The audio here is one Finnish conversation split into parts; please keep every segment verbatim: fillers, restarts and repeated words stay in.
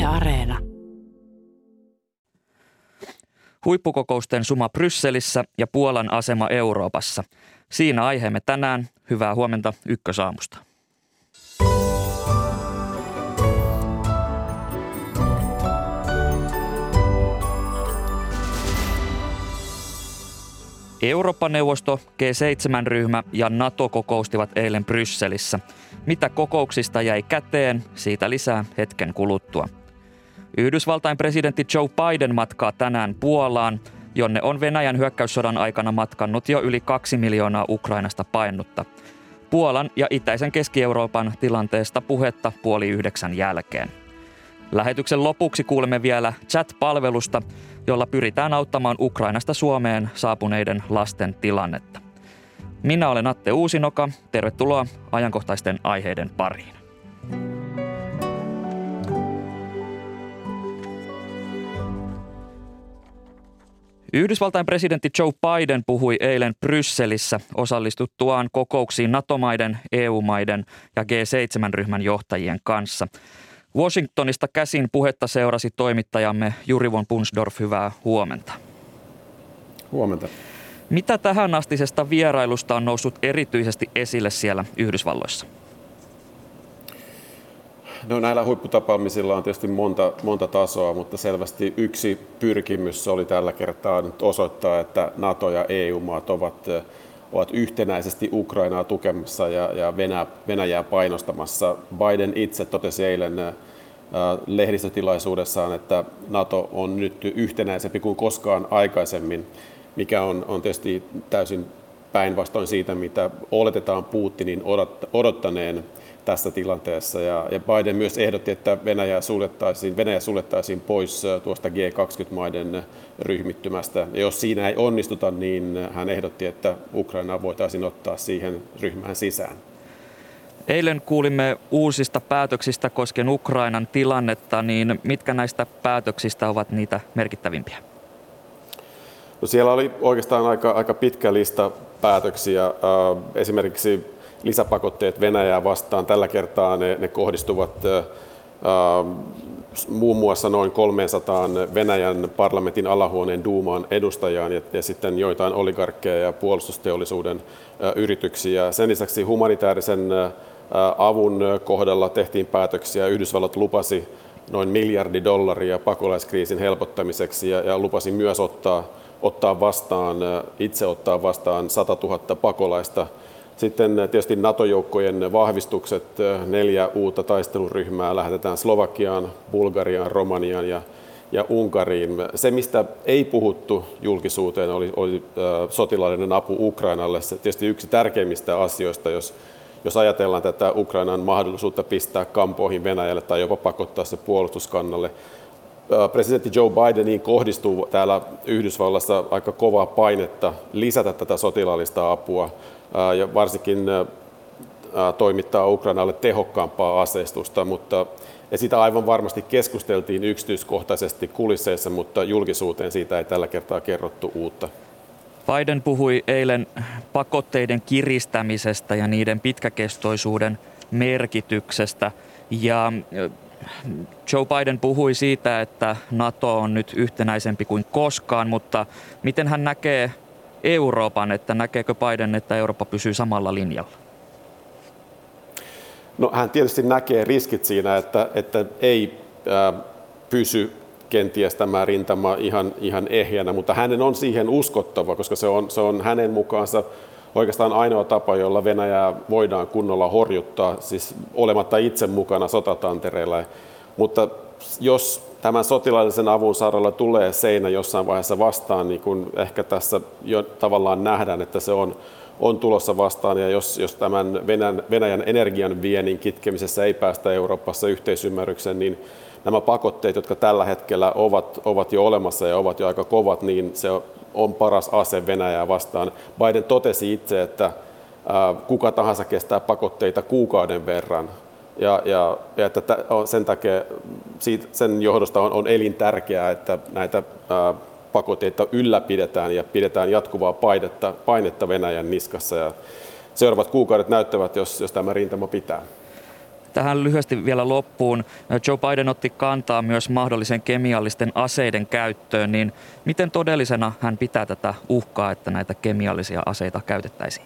Areena. Huippukokousten suma Brysselissä ja Puolan asema Euroopassa. Siinä aiheemme tänään. Hyvää huomenta Ykkösaamusta. Eurooppa-neuvosto, G seitsemän -ryhmä ja NATO kokoustivat eilen Brysselissä. Mitä kokouksista jäi käteen, siitä lisää hetken kuluttua. Yhdysvaltain presidentti Joe Biden matkaa tänään Puolaan, jonne on Venäjän hyökkäyssodan aikana matkannut jo yli kaksi miljoonaa Ukrainasta paennutta. Puolan ja itäisen Keski-Euroopan tilanteesta puhetta puoli yhdeksän jälkeen. Lähetyksen lopuksi kuulemme vielä chat-palvelusta, jolla pyritään auttamaan Ukrainasta Suomeen saapuneiden lasten tilannetta. Minä olen Atte Uusinoka. Tervetuloa ajankohtaisten aiheiden pariin. Yhdysvaltain presidentti Joe Biden puhui eilen Brysselissä osallistuttuaan kokouksiin NATO-maiden, E U-maiden ja G seitsemän -ryhmän johtajien kanssa. Washingtonista käsin puhetta seurasi toimittajamme Juri von Bunsdorf. Hyvää huomenta. Huomenta. Mitä tähän astisesta vierailusta on noussut erityisesti esille siellä Yhdysvalloissa? No, näillä huipputapaamisilla on tietysti monta, monta tasoa, mutta selvästi yksi pyrkimys oli tällä kertaa nyt osoittaa, että NATO ja E U-maat ovat, ovat yhtenäisesti Ukrainaa tukemassa ja, ja Venä, Venäjää painostamassa. Biden itse totesi eilen äh, lehdistötilaisuudessaan, että NATO on nyt yhtenäisempi kuin koskaan aikaisemmin, mikä on, on tietysti täysin päinvastoin siitä, mitä oletetaan Putinin odot, odottaneen tässä tilanteessa. Ja, ja Biden myös ehdotti, että Venäjä suljettaisiin, Venäjä suljettaisiin pois tuosta G kaksikymmentä-maiden ryhmittymästä. Ja jos siinä ei onnistuta, niin hän ehdotti, että Ukrainaa voitaisiin ottaa siihen ryhmään sisään. Eilen kuulimme uusista päätöksistä koskien Ukrainan tilannetta, niin mitkä näistä päätöksistä ovat niitä merkittävimpiä? No, siellä oli oikeastaan aika, aika pitkä lista päätöksiä. Esimerkiksi lisäpakotteet Venäjää vastaan. Tällä kertaa ne, ne kohdistuvat äh, muun muassa noin kolmesataa Venäjän parlamentin alahuoneen duumaan edustajaan ja, ja sitten joitain oligarkkeja ja puolustusteollisuuden äh, yrityksiä. Sen lisäksi humanitaarisen äh, avun kohdalla tehtiin päätöksiä. Yhdysvallat lupasi noin miljardi dollaria pakolaiskriisin helpottamiseksi ja, ja lupasi myös ottaa, ottaa vastaan, itse ottaa vastaan sata tuhatta pakolaista. Sitten tietysti NATO-joukkojen vahvistukset, neljä uutta taisteluryhmää lähetetään Slovakiaan, Bulgariaan, Romaniaan ja, ja Unkariin. Se, mistä ei puhuttu julkisuuteen, oli, oli äh, sotilaallinen apu Ukrainalle. Se tietysti yksi tärkeimmistä asioista, jos, jos ajatellaan tätä Ukrainan mahdollisuutta pistää kampoihin Venäjälle tai jopa pakottaa se puolustuskannalle. Äh, presidentti Joe Bideniin kohdistuu täällä Yhdysvallassa aika kovaa painetta lisätä tätä sotilaallista apua ja varsinkin toimittaa Ukrainalle tehokkaampaa aseistusta, mutta ja sitä aivan varmasti keskusteltiin yksityiskohtaisesti kulisseissa, mutta julkisuuteen siitä ei tällä kertaa kerrottu uutta. Biden puhui eilen pakotteiden kiristämisestä ja niiden pitkäkestoisuuden merkityksestä. Ja Joe Biden puhui siitä, että NATO on nyt yhtenäisempi kuin koskaan, mutta miten hän näkee Euroopan, että näkeekö Biden, että Eurooppa pysyy samalla linjalla? No, hän tietysti näkee riskit siinä, että, että ei ää, pysy kenties tämä rintama ihan, ihan ehjänä, mutta hänen on siihen uskottava, koska se on, se on hänen mukaansa oikeastaan ainoa tapa, jolla Venäjää voidaan kunnolla horjuttaa, siis olematta itse mukana sotatantereilla. Mutta jos tämän sotilaallisen avun saralla tulee seinä jossain vaiheessa vastaan, niin kun ehkä tässä jo tavallaan nähdään, että se on, on tulossa vastaan, ja jos, jos tämän Venäjän, Venäjän energian viennin kitkemisessä ei päästä Euroopassa yhteisymmärrykseen, niin nämä pakotteet, jotka tällä hetkellä ovat, ovat jo olemassa ja ovat jo aika kovat, niin se on paras ase Venäjää vastaan. Biden totesi itse, että ää, kuka tahansa kestää pakotteita kuukauden verran. Ja, ja, ja että sen takia siitä, sen johdosta on, on elintärkeää, että näitä ää, pakotteita ylläpidetään ja pidetään jatkuvaa painetta, painetta Venäjän niskassa. Ja seuraavat kuukaudet näyttävät, jos, jos tämä rintama pitää. Tähän lyhyesti vielä loppuun. Joe Biden otti kantaa myös mahdollisen kemiallisten aseiden käyttöön, niin miten todellisena hän pitää tätä uhkaa, että näitä kemiallisia aseita käytettäisiin?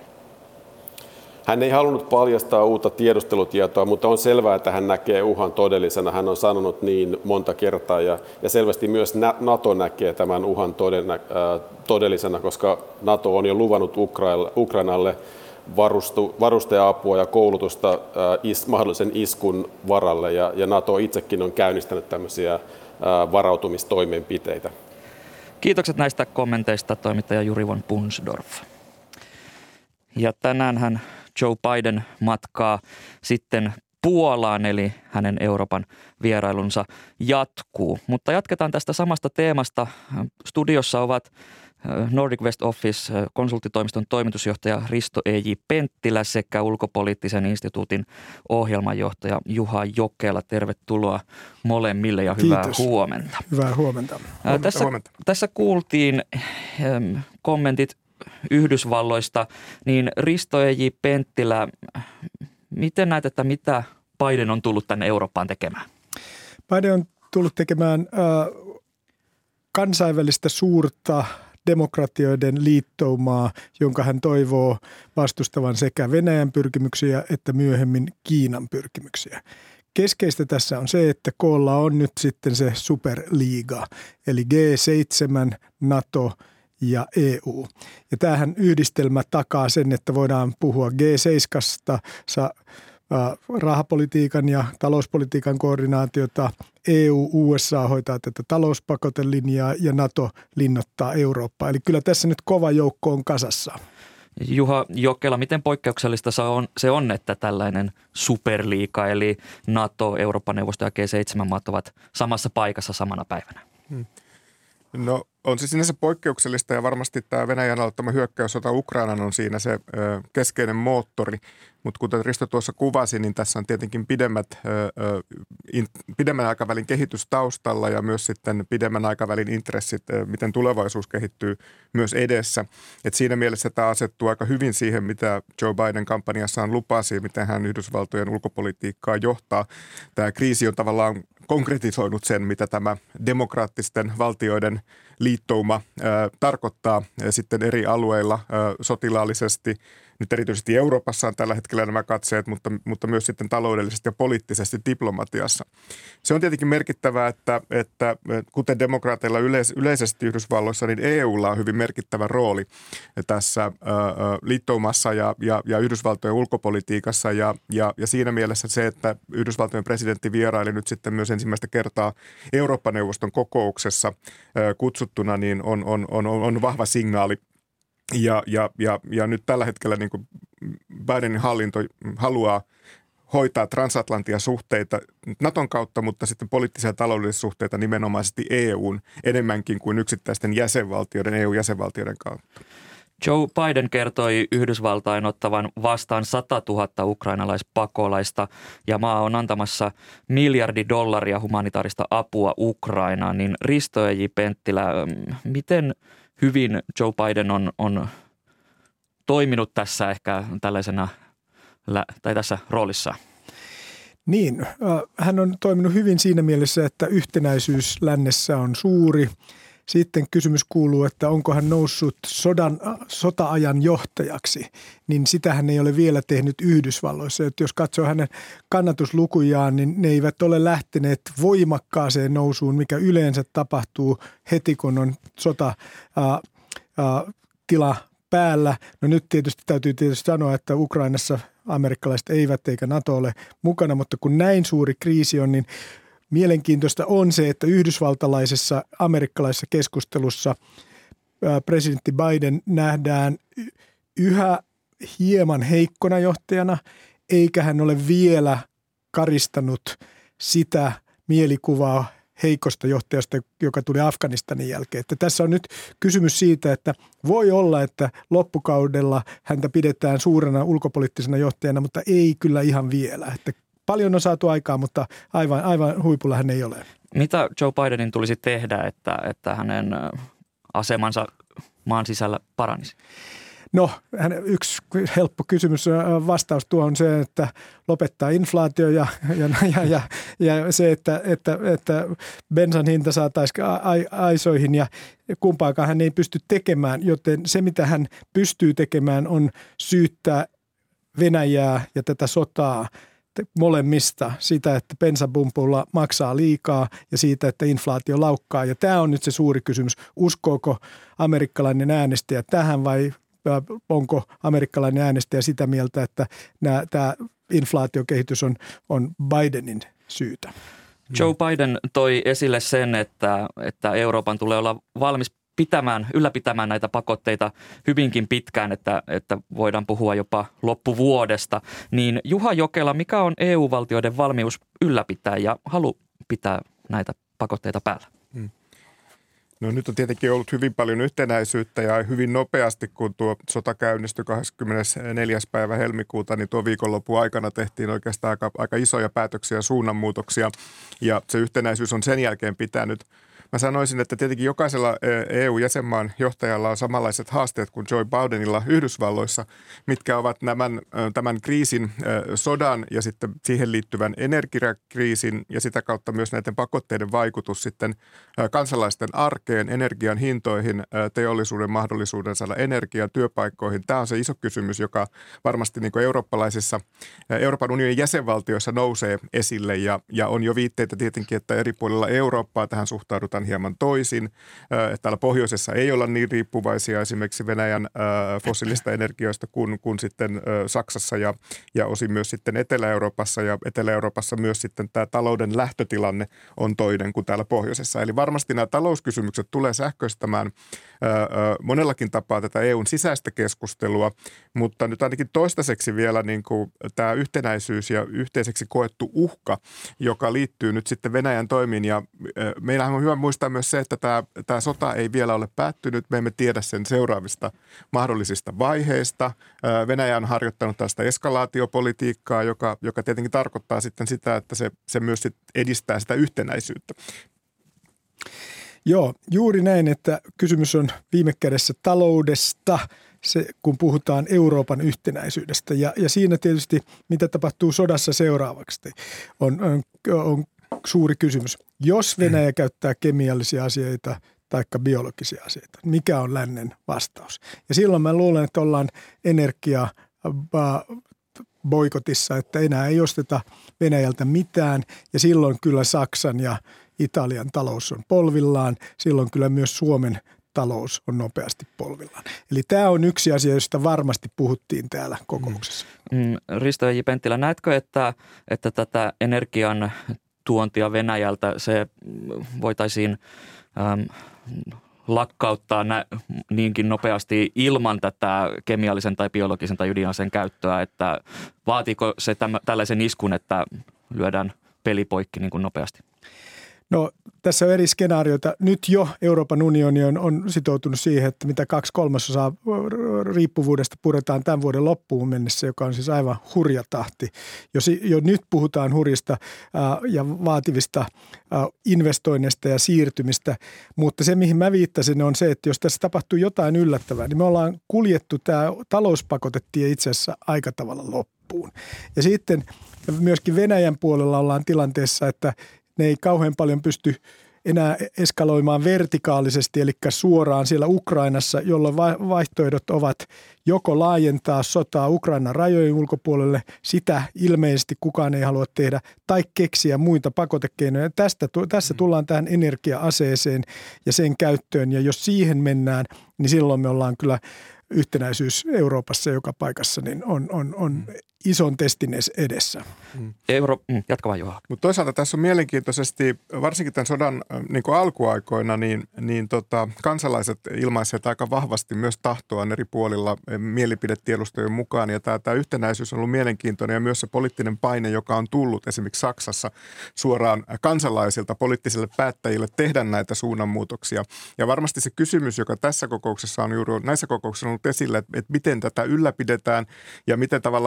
Hän ei halunnut paljastaa uutta tiedustelutietoa, mutta on selvää, että hän näkee uhan todellisena. Hän on sanonut niin monta kertaa ja, ja selvästi myös NATO näkee tämän uhan todennä, äh, todellisena, koska NATO on jo luvannut Ukrainalle varustu, varusteapua ja koulutusta äh, is, mahdollisen iskun varalle ja, ja NATO itsekin on käynnistänyt tämmöisiä äh, varautumistoimenpiteitä. Kiitokset näistä kommenteista, toimittaja Juri von Punsdorf. Ja tänäänhän Joe Biden matkaa sitten Puolaan, eli hänen Euroopan vierailunsa jatkuu. Mutta jatketaan tästä samasta teemasta. Studiossa ovat Nordic West Office -konsulttitoimiston toimitusjohtaja Risto E J Penttilä sekä ulkopoliittisen instituutin ohjelmanjohtaja Juha Jokela. Tervetuloa molemmille ja hyvää Kiitos. huomenta. Hyvää huomenta. huomenta, tässä, huomenta. tässä kuultiin ähm, kommentit Yhdysvalloista, niin Risto E J Penttilä, miten näet, että mitä Biden on tullut tänne Eurooppaan tekemään? Biden on tullut tekemään äh, kansainvälistä suurta demokratioiden liittoumaa, jonka hän toivoo vastustavan sekä Venäjän pyrkimyksiä että myöhemmin Kiinan pyrkimyksiä. Keskeistä tässä on se, että koolla on nyt sitten se superliiga, eli G seitsemän, NATO ja E U. Ja tämähän yhdistelmä takaa sen, että voidaan puhua G seitsemästä, rahapolitiikan ja talouspolitiikan koordinaatiota, E U, U S A hoitaa tätä talouspakotelinjaa ja NATO linnoittaa Eurooppaa. Eli kyllä tässä nyt kova joukko on kasassa. Juha Jokela, miten poikkeuksellista se on, se on, että tällainen superliiga eli NATO, Euroopan neuvosto ja G seitsemän maat ovat samassa paikassa samana päivänä? Hmm. No on se sinänsä poikkeuksellista ja varmasti tämä Venäjän aloittama hyökkäyssota Ukrainan on siinä se ö, keskeinen moottori. Mutta kuten Risto tuossa kuvasi, niin tässä on tietenkin pidemmät, ö, in, pidemmän aikavälin kehitys taustalla ja myös sitten pidemmän aikavälin intressit, ö, miten tulevaisuus kehittyy myös edessä. Et siinä mielessä tämä asettuu aika hyvin siihen, mitä Joe Biden kampanjassaan lupasi, miten hän Yhdysvaltojen ulkopolitiikkaa johtaa. Tämä kriisi on tavallaan konkretisoinut sen, mitä tämä demokraattisten valtioiden liittouma ää, tarkoittaa ää, sitten eri alueilla ää, sotilaallisesti. Nyt erityisesti Euroopassa on tällä hetkellä nämä katseet, mutta, mutta myös sitten taloudellisesti ja poliittisesti diplomatiassa. Se on tietenkin merkittävää, että, että kuten demokraateilla yleis, yleisesti Yhdysvalloissa, niin E U:lla on hyvin merkittävä rooli tässä ää, liittoumassa ja, ja, ja Yhdysvaltojen ulkopolitiikassa. Ja, ja, ja siinä mielessä se, että Yhdysvaltojen presidentti vieraili nyt sitten myös ensimmäistä kertaa Eurooppa-neuvoston kokouksessa ää, kutsuttuna, niin on, on, on, on vahva signaali. Ja, ja, ja, ja nyt tällä hetkellä niin kuin Bidenin hallinto haluaa hoitaa transatlantisia suhteita Naton kautta, mutta sitten poliittisia ja taloudellisia suhteita nimenomaisesti E U:n enemmänkin kuin yksittäisten jäsenvaltioiden, E U-jäsenvaltioiden kautta. Joe Biden kertoi Yhdysvaltain ottavan vastaan sata tuhatta ukrainalaispakolaista ja maa on antamassa miljardi dollaria humanitaarista apua Ukrainaan. Niin Risto E J Penttilä, miten hyvin Joe Biden on, on toiminut tässä ehkä tällaisena tai tässä roolissa? Niin, hän on toiminut hyvin siinä mielessä, että yhtenäisyys lännessä on suuri. Sitten kysymys kuuluu, että onko hän noussut sodan, sota-ajan johtajaksi, niin sitä hän ei ole vielä tehnyt Yhdysvalloissa. Että jos katsoo hänen kannatuslukujaan, niin ne eivät ole lähteneet voimakkaaseen nousuun, mikä yleensä tapahtuu heti, kun on sotatila päällä. No nyt tietysti täytyy tietysti sanoa, että Ukrainassa amerikkalaiset eivät eikä NATO ole mukana, mutta kun näin suuri kriisi on, niin mielenkiintoista on se, että yhdysvaltalaisessa amerikkalaisessa keskustelussa presidentti Biden nähdään yhä hieman heikkona johtajana, eikä hän ole vielä karistanut sitä mielikuvaa heikosta johtajasta, joka tuli Afganistanin jälkeen. Että tässä on nyt kysymys siitä, että voi olla, että loppukaudella häntä pidetään suurena ulkopoliittisena johtajana, mutta ei kyllä ihan vielä. Että paljon on saatu aikaa, mutta aivan, aivan huipulla hän ei ole. Mitä Joe Bidenin tulisi tehdä, että, että hänen asemansa maan sisällä paranisi? No, yksi helppo kysymys, vastaus tuohon on se, että lopettaa inflaatio ja, ja, ja, ja, ja se, että, että, että bensan hinta saataisiin aisoihin ja kumpaakaan hän ei pysty tekemään, joten se mitä hän pystyy tekemään on syyttää Venäjää ja tätä sotaa molemmista, sitä, että bensapumpulla maksaa liikaa ja siitä, että inflaatio laukkaa. Ja tämä on nyt se suuri kysymys. Uskooko amerikkalainen äänestäjä tähän vai onko amerikkalainen äänestäjä sitä mieltä, että nämä, tämä inflaatiokehitys on, on Bidenin syytä? Joe Biden toi esille sen, että, että Euroopan tulee olla valmis pitämään, ylläpitämään näitä pakotteita hyvinkin pitkään, että, että voidaan puhua jopa loppuvuodesta. Niin Juha Jokela, mikä on E U-valtioiden valmius ylläpitää ja halu pitää näitä pakotteita päällä? Hmm. No nyt on tietenkin ollut hyvin paljon yhtenäisyyttä ja hyvin nopeasti, kun tuo sota käynnistyi kahdeskymmenesneljäs päivä helmikuuta, niin tuo viikonlopun aikana tehtiin oikeastaan aika, aika isoja päätöksiä ja suunnanmuutoksia ja se yhtenäisyys on sen jälkeen pitänyt. Mä sanoisin, että tietenkin jokaisella E U-jäsenmaan johtajalla on samanlaiset haasteet kuin Joe Bidenilla Yhdysvalloissa, mitkä ovat tämän, tämän kriisin, sodan ja sitten siihen liittyvän energiakriisin ja sitä kautta myös näiden pakotteiden vaikutus sitten kansalaisten arkeen, energian hintoihin, teollisuuden mahdollisuuden saada energiaa, työpaikkoihin. Tämä on se iso kysymys, joka varmasti niin kuin eurooppalaisissa, Euroopan unionin jäsenvaltioissa nousee esille ja, ja on jo viitteitä tietenkin, että eri puolilla Eurooppaa tähän suhtaudutaan hieman toisin. Täällä pohjoisessa ei olla niin riippuvaisia esimerkiksi Venäjän fossiilista energioista kuin, kuin sitten Saksassa ja, ja osin myös sitten Etelä-Euroopassa. Ja Etelä-Euroopassa myös sitten tämä talouden lähtötilanne on toinen kuin täällä pohjoisessa. Eli varmasti nämä talouskysymykset tulee sähköistämään monellakin tapaa tätä E U:n sisäistä keskustelua, mutta nyt ainakin toistaiseksi vielä niin kuin tämä yhtenäisyys ja yhteiseksi koettu uhka, joka liittyy nyt sitten Venäjän toimiin. Ja meillähän on hyvä muistaa myös se, että tämä, tämä sota ei vielä ole päättynyt. Me emme tiedä sen seuraavista mahdollisista vaiheista. Venäjä on harjoittanut tästä eskalaatiopolitiikkaa, joka, joka tietenkin tarkoittaa sitten sitä, että se, se myös sit edistää sitä yhtenäisyyttä. Joo, juuri näin, että kysymys on viime kädessä taloudesta, se, kun puhutaan Euroopan yhtenäisyydestä. Ja, ja siinä tietysti, mitä tapahtuu sodassa seuraavaksi, on, on, on suuri kysymys. Jos Venäjä käyttää kemiallisia asioita tai biologisia asioita, mikä on lännen vastaus? Ja silloin mä luulen, että ollaan energia boikotissa, että enää ei osteta Venäjältä mitään ja silloin kyllä Saksan ja Italian talous on polvillaan, silloin kyllä myös Suomen talous on nopeasti polvillaan. Eli tämä on yksi asia, josta varmasti puhuttiin täällä kokouksessa. Mm. Risto J. Penttilä, näetkö, että, että tätä energian tuontia Venäjältä se voitaisiin äm, lakkauttaa nä, niinkin nopeasti ilman tätä kemiallisen tai biologisen tai ydinaseen käyttöä, että vaatiiko se täm, tällaisen iskun, että lyödään peli poikki niin kuin nopeasti? No tässä on eri skenaarioita. Nyt jo Euroopan unioni on, on sitoutunut siihen, että mitä kaksi kolmasosaa riippuvuudesta puretaan tämän vuoden loppuun mennessä, joka on siis aivan hurja tahti. Jo, jo nyt puhutaan hurjista ää, ja vaativista ää, investoinneista ja siirtymistä, mutta se mihin mä viittasin on se, että jos tässä tapahtuu jotain yllättävää, niin me ollaan kuljettu tämä talouspakotetie itse asiassa aika tavalla loppuun. Ja sitten myöskin Venäjän puolella ollaan tilanteessa, että ne ei kauhean paljon pysty enää eskaloimaan vertikaalisesti, eli suoraan siellä Ukrainassa, jolloin vaihtoehdot ovat joko laajentaa sotaa Ukrainan rajojen ulkopuolelle, sitä ilmeisesti kukaan ei halua tehdä, tai keksiä muita pakotekeinoja. Tästä, tässä tullaan tähän energia-aseeseen ja sen käyttöön, ja jos siihen mennään, niin silloin me ollaan kyllä yhtenäisyys Euroopassa joka paikassa, niin on, on, on ison testin edessä. Mm. Euro, mm, jatka vaan Juha. Mutta toisaalta tässä on mielenkiintoisesti, varsinkin tämän sodan niin kuin alkuaikoina, niin, niin tota, kansalaiset ilmaisevat aika vahvasti myös tahtoaan eri puolilla mielipidetiedustojen mukaan. Ja tämä, tämä yhtenäisyys on ollut mielenkiintoinen ja myös se poliittinen paine, joka on tullut esimerkiksi Saksassa suoraan kansalaisilta, poliittisille päättäjille tehdä näitä suunnanmuutoksia. Ja varmasti se kysymys, joka tässä kokouksessa on juuri näissä kokouksissa on ollut esillä, että, että miten tätä ylläpidetään ja miten tavallaan varaudutaan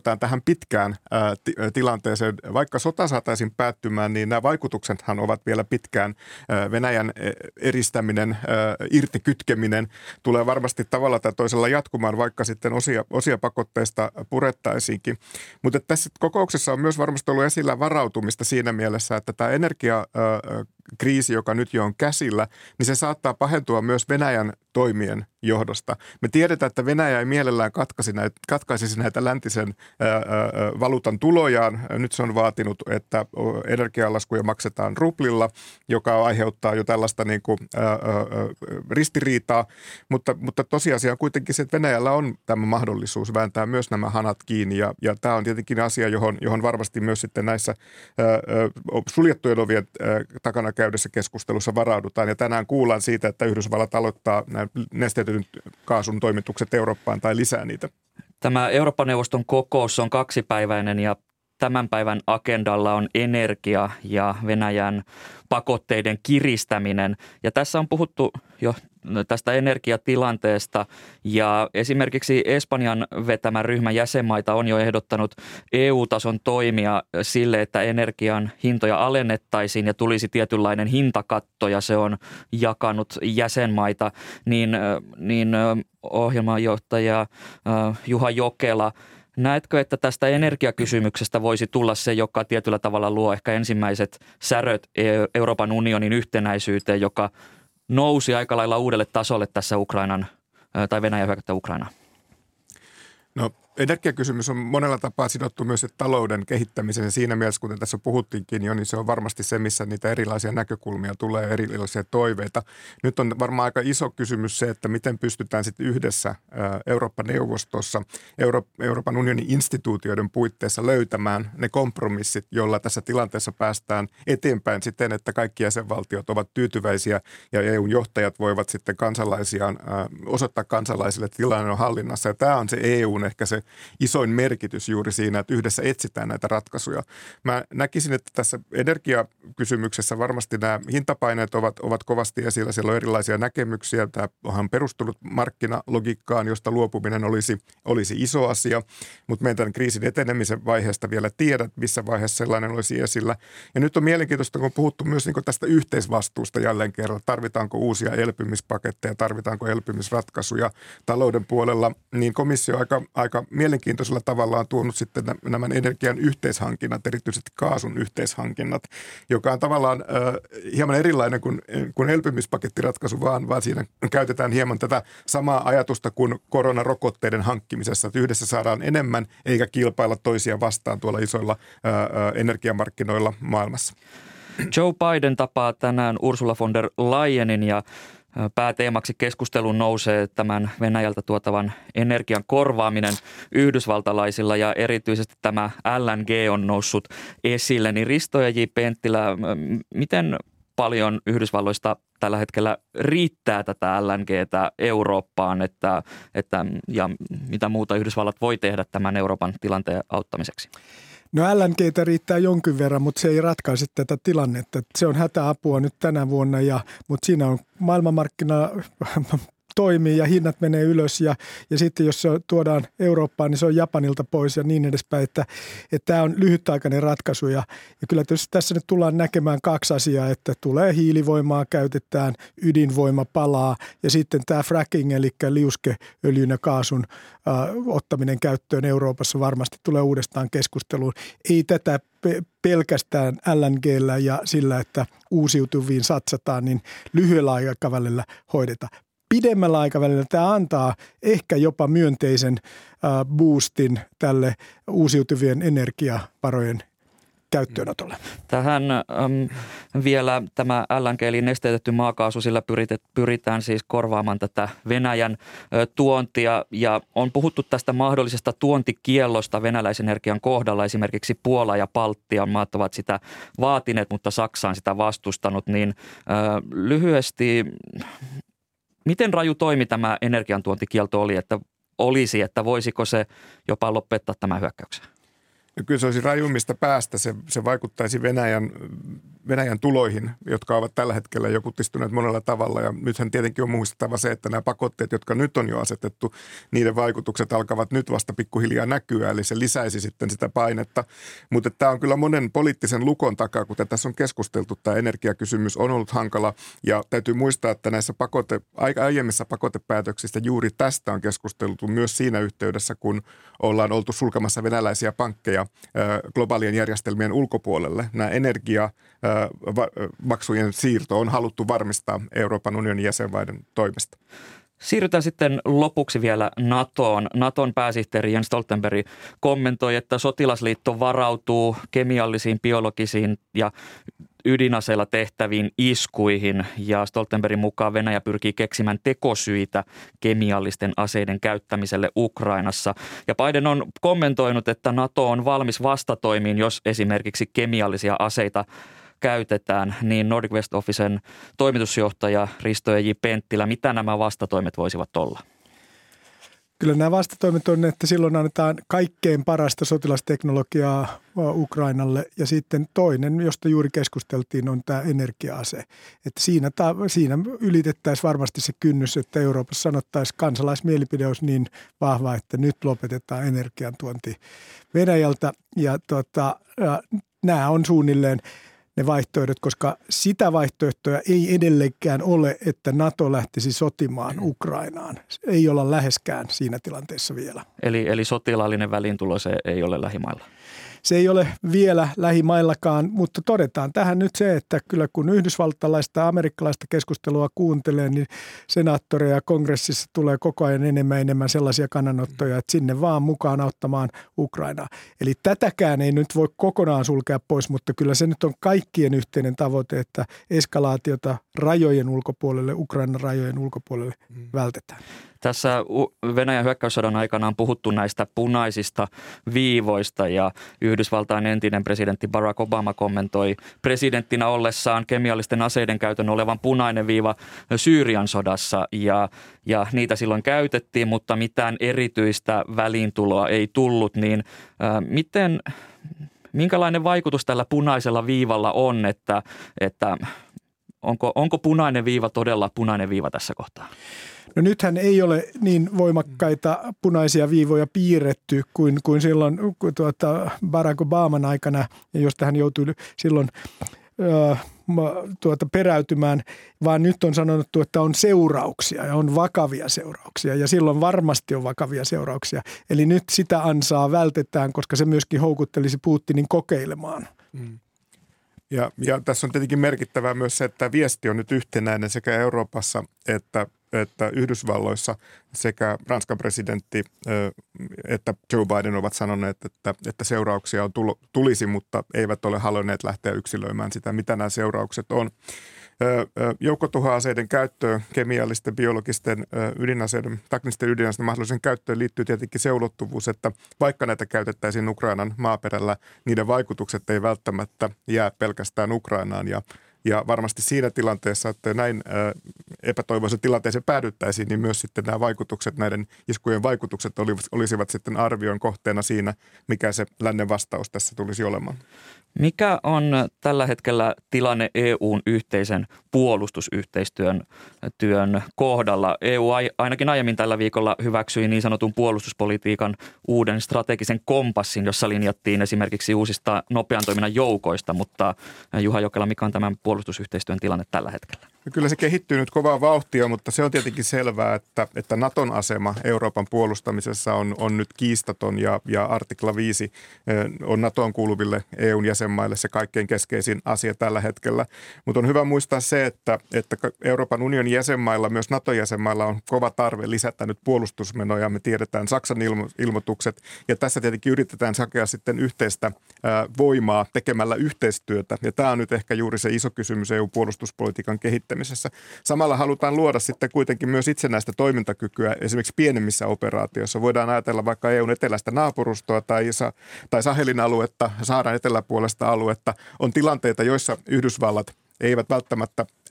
törmätään tähän pitkään ää, t- tilanteeseen. Vaikka sota saataisiin päättymään, niin nämä vaikutuksethan ovat vielä pitkään. Ää, Venäjän eristäminen, ää, irtikytkeminen tulee varmasti tavalla tai toisella jatkumaan, vaikka sitten osia, osia pakotteista purettaisiinkin. Mutta tässä kokouksessa on myös varmasti ollut esillä varautumista siinä mielessä, että tämä energiakriisi, joka nyt jo on käsillä, niin se saattaa pahentua myös Venäjän toimien johdosta. Me tiedetään, että Venäjä ei mielellään katkaisi näitä, katkaisisi näitä läntisen ää, ää, valuutan tulojaan. Nyt se on vaatinut, että energialaskuja maksetaan ruplilla, joka aiheuttaa jo tällaista niin kuin, ää, ää, ristiriitaa. Mutta, mutta tosiasia on kuitenkin se, että Venäjällä on tämä mahdollisuus vääntää myös nämä hanat kiinni. Ja, ja tämä on tietenkin asia, johon, johon varmasti myös sitten näissä ää, ää, suljettujen ovien ää, takana käydessä keskustelussa varaudutaan. Ja tänään kuullaan siitä, että Yhdysvallat aloittaa nesteytetyn kaasun toimitukset Eurooppaan tai lisää niitä. Tämä Euroopan neuvoston kokous on kaksipäiväinen ja tämän päivän agendalla on energia ja Venäjän pakotteiden kiristäminen. Ja tässä on puhuttu jo tästä energiatilanteesta ja esimerkiksi Espanjan vetämä ryhmä jäsenmaita on jo ehdottanut E U-tason toimia sille, että energian hintoja alennettaisiin ja tulisi tietynlainen hintakatto ja se on jakanut jäsenmaita, niin, niin ohjelmanjohtaja Juha Jokela, näetkö, että tästä energiakysymyksestä voisi tulla se, joka tietyllä tavalla luo ehkä ensimmäiset säröt Euroopan unionin yhtenäisyyteen, joka nousi aika lailla uudelle tasolle tässä Ukrainan tai Venäjän hyökättä Ukrainaan? No, energiakysymys on monella tapaa sidottu myös talouden kehittämiseen. Siinä mielessä, kuten tässä puhuttiinkin jo, niin se on varmasti se, missä niitä erilaisia näkökulmia tulee, erilaisia toiveita. Nyt on varmaan aika iso kysymys se, että miten pystytään sitten yhdessä Euroopan neuvostossa, Euro- Euroopan unionin instituutioiden puitteissa löytämään ne kompromissit, joilla tässä tilanteessa päästään eteenpäin siten, että kaikki jäsenvaltiot ovat tyytyväisiä ja E U:n johtajat voivat sitten kansalaisiaan osoittaa kansalaisille, että tilanne on hallinnassa. Ja tämä on se E U:n ehkä se isoin merkitys juuri siinä, että yhdessä etsitään näitä ratkaisuja. Mä näkisin, että tässä energiakysymyksessä varmasti nämä hintapaineet ovat, ovat kovasti esillä. Siellä on erilaisia näkemyksiä. Tämä on perustunut markkinalogiikkaan, josta luopuminen olisi, olisi iso asia, mutta meidän tämän kriisin etenemisen vaiheesta vielä tiedät, missä vaiheessa sellainen olisi esillä. Ja nyt on mielenkiintoista, kun on puhuttu myös niin kuin tästä yhteisvastuusta jälleen kerran. Tarvitaanko uusia elpymispaketteja, tarvitaanko elpymisratkaisuja talouden puolella, niin komissio aika, aika mielenkiintoisella tavalla on tuonut sitten nämä energian yhteishankinnat, erityisesti kaasun yhteishankinnat, joka on tavallaan äh, hieman erilainen kuin, kuin elpymispakettiratkaisu, vaan, vaan siinä käytetään hieman tätä samaa ajatusta kuin koronarokotteiden hankkimisessa, että yhdessä saadaan enemmän eikä kilpailla toisia vastaan tuolla isoilla äh, energiamarkkinoilla maailmassa. Joe Biden tapaa tänään Ursula von der Leyenin ja pääteemaksi keskusteluun nousee tämän Venäjältä tuotavan energian korvaaminen yhdysvaltalaisilla ja erityisesti tämä L N G on noussut esille. Niin Risto ja J. Penttilä, miten paljon Yhdysvalloista tällä hetkellä riittää tätä L N G:tä Eurooppaan että, että, ja mitä muuta Yhdysvallat voi tehdä tämän Euroopan tilanteen auttamiseksi? No L N G:tä riittää jonkin verran, mutta se ei ratkaise tätä tilannetta. Se on hätäapua nyt tänä vuonna, ja, mutta siinä on maailmanmarkkina toimii ja hinnat menee ylös ja, ja sitten jos se tuodaan Eurooppaan, niin se on Japanilta pois ja niin edespäin, että, että tämä on lyhytaikainen ratkaisu ja, ja kyllä tässä nyt tullaan näkemään kaksi asiaa, että tulee hiilivoimaa, käytetään, ydinvoima palaa ja sitten tämä fracking eli liuskeöljyn ja kaasun äh, ottaminen käyttöön Euroopassa varmasti tulee uudestaan keskusteluun. Ei tätä pelkästään L N G:llä ja sillä, että uusiutuviin satsataan, niin lyhyellä aikavälillä hoidetaan. Pidemmällä aikavälillä tämä antaa ehkä jopa myönteisen boostin tälle uusiutuvien energiavarojen käyttöönotolle. Tähän äm, vielä tämä L N G eli nesteytetty maakaasu, sillä pyritään siis korvaamaan tätä Venäjän ö, tuontia ja on puhuttu tästä mahdollisesta tuontikiellosta venäläisenergian kohdalla. Esimerkiksi Puola ja Baltian maat ovat sitä vaatineet, mutta Saksa on sitä vastustanut. Niin ö, lyhyesti, miten raju toimi tämä energiantuontikielto oli, että olisi, että voisiko se jopa lopettaa tämän hyökkäyksen? Ja kyllä se olisi rajummista päästä. Se, se vaikuttaisi Venäjän, Venäjän tuloihin, jotka ovat tällä hetkellä jo kutistuneet monella tavalla. Ja nythän tietenkin on muistettava se, että nämä pakotteet, jotka nyt on jo asetettu, niiden vaikutukset alkavat nyt vasta pikkuhiljaa näkyä. Eli se lisäisi sitten sitä painetta. Mutta tämä on kyllä monen poliittisen lukon takaa, kuten tässä on keskusteltu. Tämä energiakysymys on ollut hankala. Ja täytyy muistaa, että näissä pakote, aiemmissa pakotepäätöksissä juuri tästä on keskusteltu myös siinä yhteydessä, kun ollaan oltu sulkemassa venäläisiä pankkeja globaalien järjestelmien ulkopuolelle. Nämä energiamaksujen siirto on haluttu varmistaa Euroopan unionin jäsenmaiden toimesta. Siirrytään sitten lopuksi vielä NATOon. NATOn pääsihteeri Jens Stoltenberg kommentoi, että sotilasliitto varautuu kemiallisiin, biologisiin ja ydinaseilla tehtäviin iskuihin, ja Stoltenbergin mukaan Venäjä pyrkii keksimään tekosyitä kemiallisten aseiden käyttämiselle Ukrainassa. Ja Biden on kommentoinut, että NATO on valmis vastatoimiin, jos esimerkiksi kemiallisia aseita käytetään. Niin Nordic West Officen toimitusjohtaja Risto E J Penttilä, mitä nämä vastatoimet voisivat olla? Kyllä nämä vastatoimet on, että silloin annetaan kaikkein parasta sotilasteknologiaa Ukrainalle, ja sitten toinen, josta juuri keskusteltiin, on tämä energia-ase. Että siinä, ta, siinä ylitettäisiin varmasti se kynnys, että Euroopassa sanottaisiin kansalaismielipide olisi niin vahva, että nyt lopetetaan energiantuonti Venäjältä, ja, tota, ja nämä on suunnilleen ne vaihtoehdot, koska sitä vaihtoehtoja ei edelleenkään ole, että NATO lähtisi sotimaan Ukrainaan. Ei olla läheskään siinä tilanteessa vielä. Eli, eli sotilaallinen väliintulo se ei ole lähimailla? Se ei ole vielä lähimaillakaan, mutta todetaan tähän nyt se, että kyllä kun yhdysvaltalaista ja amerikkalaista keskustelua kuuntelee, niin senaattoreja ja kongressissa tulee koko ajan enemmän enemmän sellaisia kannanottoja, että sinne vaan mukaan auttamaan Ukrainaa. Eli tätäkään ei nyt voi kokonaan sulkea pois, mutta kyllä se nyt on kaikkien yhteinen tavoite, että eskalaatiota rajojen ulkopuolelle, Ukrainan rajojen ulkopuolelle vältetään. Tässä Venäjän hyökkäyssodan aikana on puhuttu näistä punaisista viivoista, ja Yhdysvaltain entinen presidentti Barack Obama kommentoi presidenttinä ollessaan kemiallisten aseiden käytön olevan punainen viiva Syyrian sodassa, ja, ja niitä silloin käytettiin, mutta mitään erityistä väliintuloa ei tullut. Niin ää, miten, minkälainen vaikutus tällä punaisella viivalla on, että, että onko, onko punainen viiva todella punainen viiva tässä kohtaa? No nythän ei ole niin voimakkaita punaisia viivoja piirretty kuin, kuin silloin kuin tuota Barack Obaman aikana, ja josta hän joutui silloin ö, tuota, peräytymään, vaan nyt on sanottu, että on seurauksia ja on vakavia seurauksia, ja silloin varmasti on vakavia seurauksia. Eli nyt sitä ansaa vältetään, koska se myöskin houkuttelisi Putinin kokeilemaan. Mm. Ja, ja tässä on tietenkin merkittävää myös se, että viesti on nyt yhtenäinen sekä Euroopassa että että Yhdysvalloissa sekä Ranskan presidentti että Joe Biden ovat sanoneet, että, että seurauksia on tulo, tulisi, mutta eivät ole halunneet lähteä yksilöimään sitä, mitä nämä seuraukset on. Joukkotuhoaseiden käyttöön, kemiallisten, biologisten ydinaseiden, taktisten ydinaseiden mahdollisen käyttöön liittyy tietenkin se ulottuvuus, että vaikka näitä käytettäisiin Ukrainan maaperällä, niiden vaikutukset ei välttämättä jää pelkästään Ukrainaan, ja Ja varmasti siinä tilanteessa, että näin epätoivoisen tilanteeseen päädyttäisiin, niin myös sitten nämä vaikutukset, näiden iskujen vaikutukset olisivat sitten arvion kohteena siinä, mikä se lännen vastaus tässä tulisi olemaan. Mikä on tällä hetkellä tilanne E U:n yhteisen puolustusyhteistyön työn kohdalla? E U ainakin aiemmin tällä viikolla hyväksyi niin sanotun puolustuspolitiikan uuden strategisen kompassin, jossa linjattiin esimerkiksi uusista nopean toiminnan joukoista, mutta Juha Jokela, mikä on tämän puolustusyhteistyön tilanne tällä hetkellä? Kyllä se kehittyy nyt kovaa vauhtia, mutta se on tietenkin selvää, että, että Naton asema Euroopan puolustamisessa on, on nyt kiistaton, ja, ja artikla viisi on Natoon kuuluville E U:n jäsenmaille se kaikkein keskeisin asia tällä hetkellä. Mutta on hyvä muistaa se, että, että Euroopan unionin jäsenmailla, myös Naton jäsenmailla on kova tarve lisätä nyt puolustusmenoja. Me tiedetään Saksan ilmo- ilmoitukset, ja tässä tietenkin yritetään sakea sitten yhteistä ää, voimaa tekemällä yhteistyötä. Ja tämä on nyt ehkä juuri se iso kysymys E U-puolustuspolitiikan kehittämisessä. Samalla halutaan luoda sitten kuitenkin myös itsenäistä toimintakykyä esimerkiksi pienemmissä operaatioissa. Voidaan ajatella vaikka E U:n eteläistä naapurustoa tai, tai Sahelin aluetta, Saharan eteläpuolesta aluetta. On tilanteita, joissa Yhdysvallat eivät välttämättä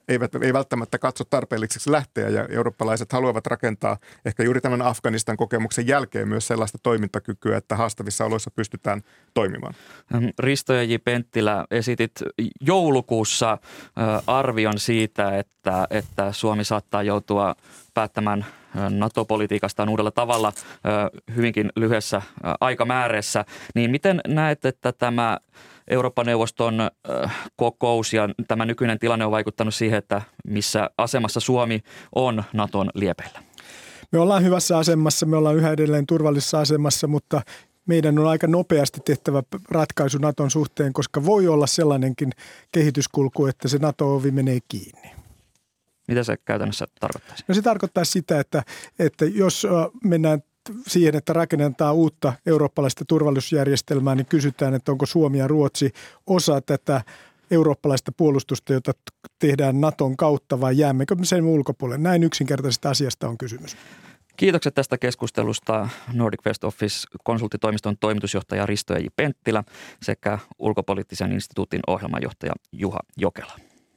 eivät, ei välttämättä katso tarpeelliseksi lähteä ja eurooppalaiset haluavat rakentaa ehkä juuri tämän Afganistan kokemuksen jälkeen myös sellaista toimintakykyä, että haastavissa oloissa pystytään toimimaan. Risto ja J. Penttilä, esitit joulukuussa arvion siitä, että, että Suomi saattaa joutua päättämään NATO-politiikastaan uudella tavalla hyvinkin lyhyessä aikamäärässä. Niin miten näet, että tämä Euroopan neuvoston kokous ja tämä nykyinen tilanne on vaikuttanut siihen, että missä asemassa Suomi on NATOn liepeillä? Me ollaan hyvässä asemassa, me ollaan yhä edelleen turvallisessa asemassa, mutta meidän on aika nopeasti tehtävä ratkaisu NATOn suhteen, koska voi olla sellainenkin kehityskulku, että se NATO-ovi menee kiinni. Mitä se käytännössä tarkoittaisi? No se tarkoittaa sitä, että, että jos mennään siihen, että rakennetaan uutta eurooppalaista turvallisuusjärjestelmää, niin kysytään, että onko Suomi ja Ruotsi osa tätä eurooppalaista puolustusta, jota tehdään NATOn kautta vai jäämmekö sen ulkopuolelle. Näin yksinkertaisesta asiasta on kysymys. Kiitokset tästä keskustelusta Nordic West Office-konsulttitoimiston toimitusjohtaja Risto ja J. Penttilä sekä ulkopoliittisen instituutin ohjelmanjohtaja Juha Jokela.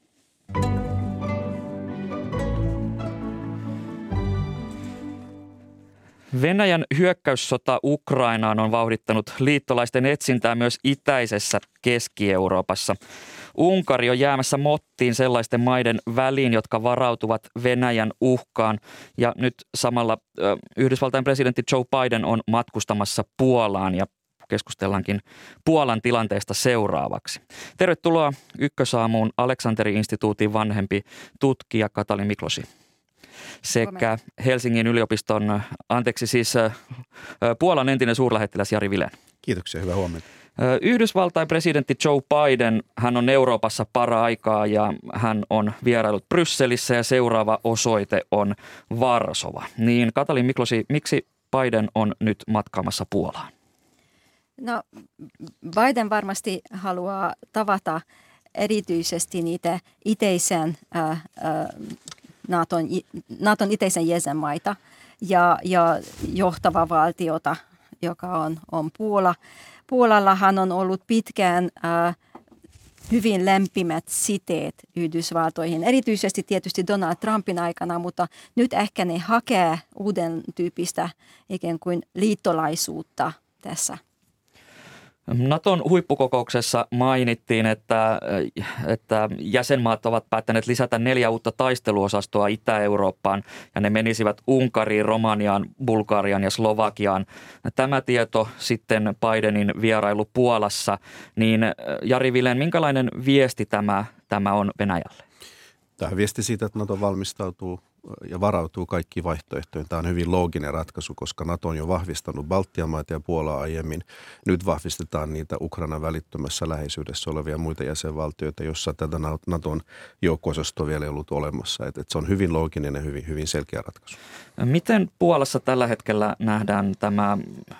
Venäjän hyökkäyssota Ukrainaan on vauhdittanut liittolaisten etsintää myös itäisessä Keski-Euroopassa. Unkari on jäämässä mottiin sellaisten maiden väliin, jotka varautuvat Venäjän uhkaan. Ja nyt samalla ö, Yhdysvaltain presidentti Joe Biden on matkustamassa Puolaan ja keskustellaankin Puolan tilanteesta seuraavaksi. Tervetuloa Ykkösaamuun Aleksanteri-instituutin vanhempi tutkija Katalin Miklosi sekä Helsingin yliopiston, anteeksi siis Puolan entinen suurlähettiläs Jari Vilén. Kiitoksia, hyvää huomenta. Yhdysvaltain presidentti Joe Biden, hän on Euroopassa para-aikaa ja hän on vierailut Brysselissä ja seuraava osoite on Varsova. Niin Katalin Miklosi, miksi Biden on nyt matkaamassa Puolaan? No Biden varmasti haluaa tavata erityisesti niitä itäisen äh, äh, NATOn, NATOn itäisen jäsenmaita ja, ja johtava valtiota, joka on, on Puola. Puolallahan on ollut pitkään äh, hyvin lämpimät siteet Yhdysvaltoihin, erityisesti tietysti Donald Trumpin aikana, mutta nyt ehkä ne hakee uuden tyyppistä ikään kuin liittolaisuutta tässä. NATOn huippukokouksessa mainittiin, että, että jäsenmaat ovat päättäneet lisätä neljä uutta taisteluosastoa Itä-Eurooppaan ja ne menisivät Unkariin, Romaniaan, Bulgariaan ja Slovakiaan. Tämä tieto sitten Bidenin vierailu Puolassa, niin Jari Vilén, minkälainen viesti tämä, tämä on Venäjälle? Tämä on viesti siitä, että NATO valmistautuu ja varautuu kaikkiin vaihtoehtoihin. Tämä on hyvin looginen ratkaisu, koska NATO on jo vahvistanut Baltian maita ja Puolaa aiemmin. Nyt vahvistetaan niitä Ukrainan välittömässä läheisyydessä olevia muita jäsenvaltioita, jossa tätä NATOn joukko-osastoa vielä ei ollut olemassa. Että se on hyvin looginen ja hyvin, hyvin selkeä ratkaisu. Miten Puolassa tällä hetkellä nähdään tämä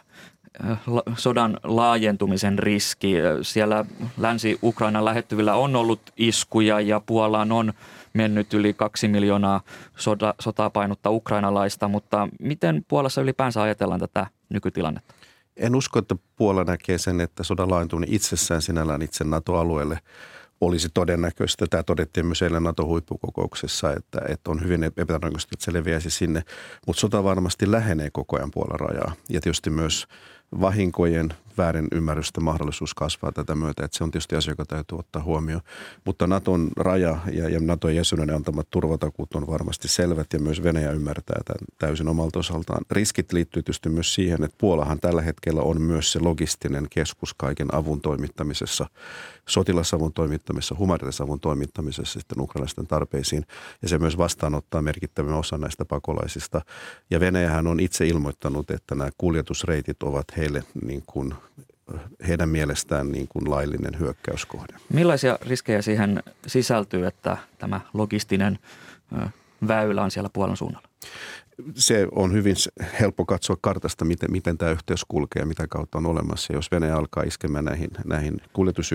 sodan laajentumisen riski? Siellä Länsi-Ukrainan lähettyvillä on ollut iskuja ja Puolaan on mennyt yli kaksi miljoonaa sota, sotaa painutta ukrainalaista, mutta miten Puolassa ylipäänsä ajatellaan tätä nykytilannetta? En usko, että Puola näkee sen, että sodan laajentuminen itsessään sinällään itse NATO-alueelle olisi todennäköistä. Tämä todettiin myös eilen NATO-huippukokouksessa, että, että on hyvin epätodennäköistä, että se leviäisi sinne, mutta sota varmasti lähenee koko ajan Puolan rajaa. Ja tietysti myös vahinkojen väärin ymmärrystä mahdollisuus kasvaa tätä myötä, että se on tietysti asia, joka täytyy ottaa huomioon. Mutta NATOn raja ja, ja NATOn jäsenyyden antamat turvatakuut on varmasti selvät ja myös Venäjä ymmärtää tämän täysin omalta osaltaan. Riskit liittyy tietysti myös siihen, että Puolahan tällä hetkellä on myös se logistinen keskus kaiken avun toimittamisessa, sotilasavun toimittamisessa, humanitaarisen avun toimittamisessa sitten ukrainalaisten tarpeisiin. Ja se myös vastaanottaa merkittävän osa näistä pakolaisista. Ja Venäjähän on itse ilmoittanut, että nämä kuljetusreitit ovat heille niin kuin heidän mielestään niin kuin laillinen hyökkäyskohde. Millaisia riskejä siihen sisältyy, että tämä logistinen väylä on siellä Puolan suunnalla? Se on hyvin helppo katsoa kartasta, miten, miten tämä yhteys kulkee ja mitä kautta on olemassa. Jos Venäjä alkaa iskemään näihin, näihin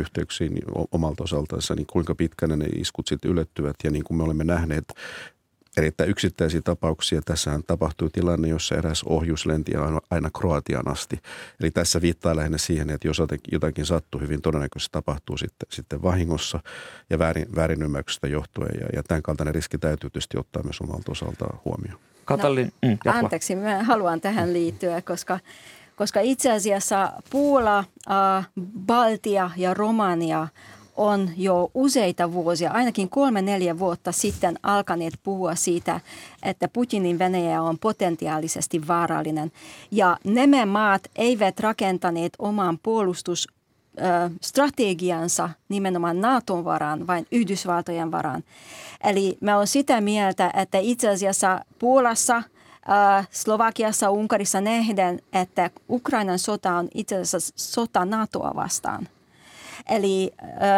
kuljetusyhteyksiin omalta osaltansa, niin kuinka pitkänä ne iskut sitten ylettyvät. Ja niin kuin me olemme nähneet, erittäin yksittäisiä tapauksia. Tässähän tapahtui tilanne, jossa eräs ohjus lenti aina Kroatian asti. Eli tässä viittaa lähinnä siihen, että jos jotakin sattuu, hyvin todennäköisesti tapahtuu sitten, sitten vahingossa ja väärin, väärinymmärryksestä johtuen. Ja, ja tämän kaltainen riski täytyy tietysti ottaa myös omalta osaltaan huomioon. Katalin, no, mm, anteeksi, mä haluan tähän liittyä, koska, koska itse asiassa Puola, äh, Baltia ja Romania on jo useita vuosia, ainakin kolme neljä vuotta sitten alkaneet puhua siitä, että Putinin Venäjä on potentiaalisesti vaarallinen. Ja nämä maat eivät rakentaneet oman puolustusstrategiansa nimenomaan NATOn varaan, vain Yhdysvaltojen varaan. Eli mä olen sitä mieltä, että itse asiassa Puolassa, Slovakiassa, Unkarissa nähdään, että Ukrainan sota on itse asiassa sota NATOa vastaan. Eli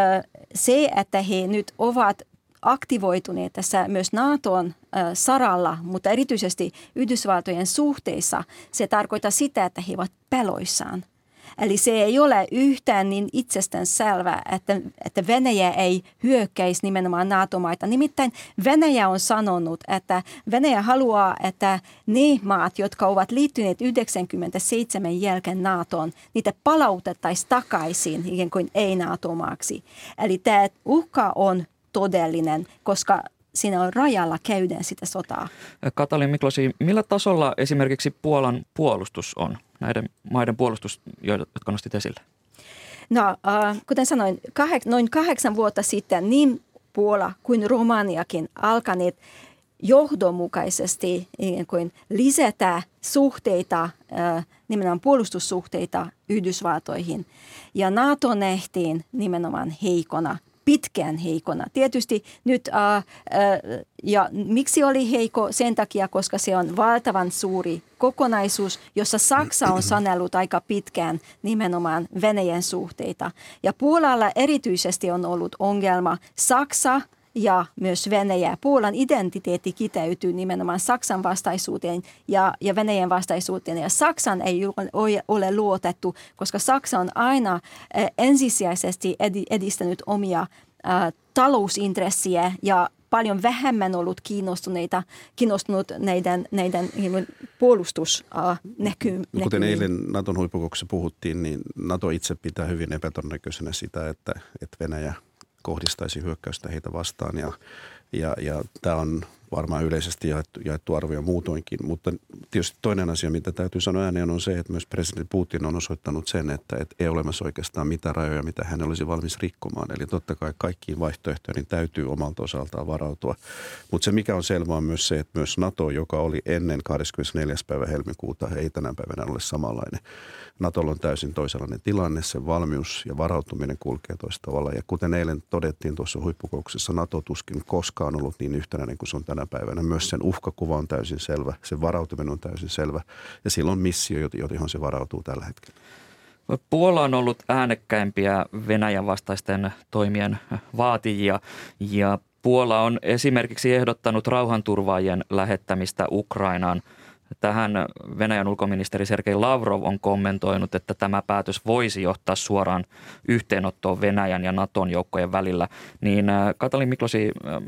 se, että he nyt ovat aktivoituneet tässä myös NATOn saralla, mutta erityisesti Yhdysvaltojen suhteissa, se tarkoittaa sitä, että he ovat peloissaan. Eli se ei ole yhtään niin itsestään selvää, että, että Venäjä ei hyökkäisi nimenomaan NATO-maita. Nimittäin Venäjä on sanonut, että Venäjä haluaa, että ne maat, jotka ovat liittyneet yhdeksänkymmentäseitsemän jälkeen NATOon, niitä palautettaisiin takaisin ikään kuin ei-NATO-maaksi. Eli tämä uhka on todellinen, koska siinä on rajalla käydään sitä sotaa. Katalin Miklosi, millä tasolla esimerkiksi Puolan puolustus on? Näiden maiden puolustus, jotka nostit esille? No, äh, kuten sanoin, kahek, noin kahdeksan vuotta sitten niin Puola kuin Romaniakin alkaneet johdonmukaisesti kuin lisätä suhteita, äh, nimenomaan puolustussuhteita Yhdysvaltoihin. Ja NATO nähtiin nimenomaan heikona. Pitkään heikona. Tietysti nyt, äh, äh, ja miksi oli heikko? Sen takia, koska se on valtavan suuri kokonaisuus, jossa Saksa on sanellut aika pitkään nimenomaan Venäjän suhteita. Ja Puolalla erityisesti on ollut ongelma Saksa ja myös Venäjä. Puolan identiteetti kiteytyy nimenomaan Saksan vastaisuuteen ja, ja Venäjän vastaisuuteen. Ja Saksan ei ole, ole luotettu, koska Saksa on aina äh, ensisijaisesti edistänyt omia äh, talousintressiä ja paljon vähemmän ollut kiinnostuneita, kiinnostunut näiden, näiden puolustusnäkymiin. Uh, Kuten eilen Naton huippukokouksessa puhuttiin, niin Nato itse pitää hyvin epätodennäköisenä sitä, että, että Venäjä kohdistaisi hyökkäystä heitä vastaan ja, ja, ja tämä on varmaan yleisesti jaettu, jaettu arvio muutoinkin, mutta tietysti toinen asia, mitä täytyy sanoa ääneen, on se, että myös presidentti Putin on osoittanut sen, että, että ei olemassa oikeastaan mitään rajoja, mitä hän olisi valmis rikkomaan. Eli totta kai kaikkiin vaihtoehtoihin täytyy omalta osaltaan varautua. Mutta se, mikä on selvää, on myös se, että myös NATO, joka oli ennen kahdeskymmenesneljäs päivä helmikuuta, ei tänä päivänä ole samanlainen. NATOlla on täysin toisenlainen tilanne, se valmius ja varautuminen kulkee toista tavalla. Ja kuten eilen todettiin tuossa huippukokouksessa, NATO tuskin koskaan ollut niin yhtenäinen kuin se on tänä päivänä. Myös sen uhkakuva on täysin selvä, sen varautuminen on täysin selvä ja silloin missio, johon se varautuu tällä hetkellä. Puola on ollut äänekkäimpiä Venäjän vastaisten toimien vaatijia ja Puola on esimerkiksi ehdottanut rauhanturvaajien lähettämistä Ukrainaan. Tähän Venäjän ulkoministeri Sergei Lavrov on kommentoinut, että tämä päätös voisi johtaa suoraan yhteenottoon Venäjän ja Naton joukkojen välillä. Niin Katalin Miklosi,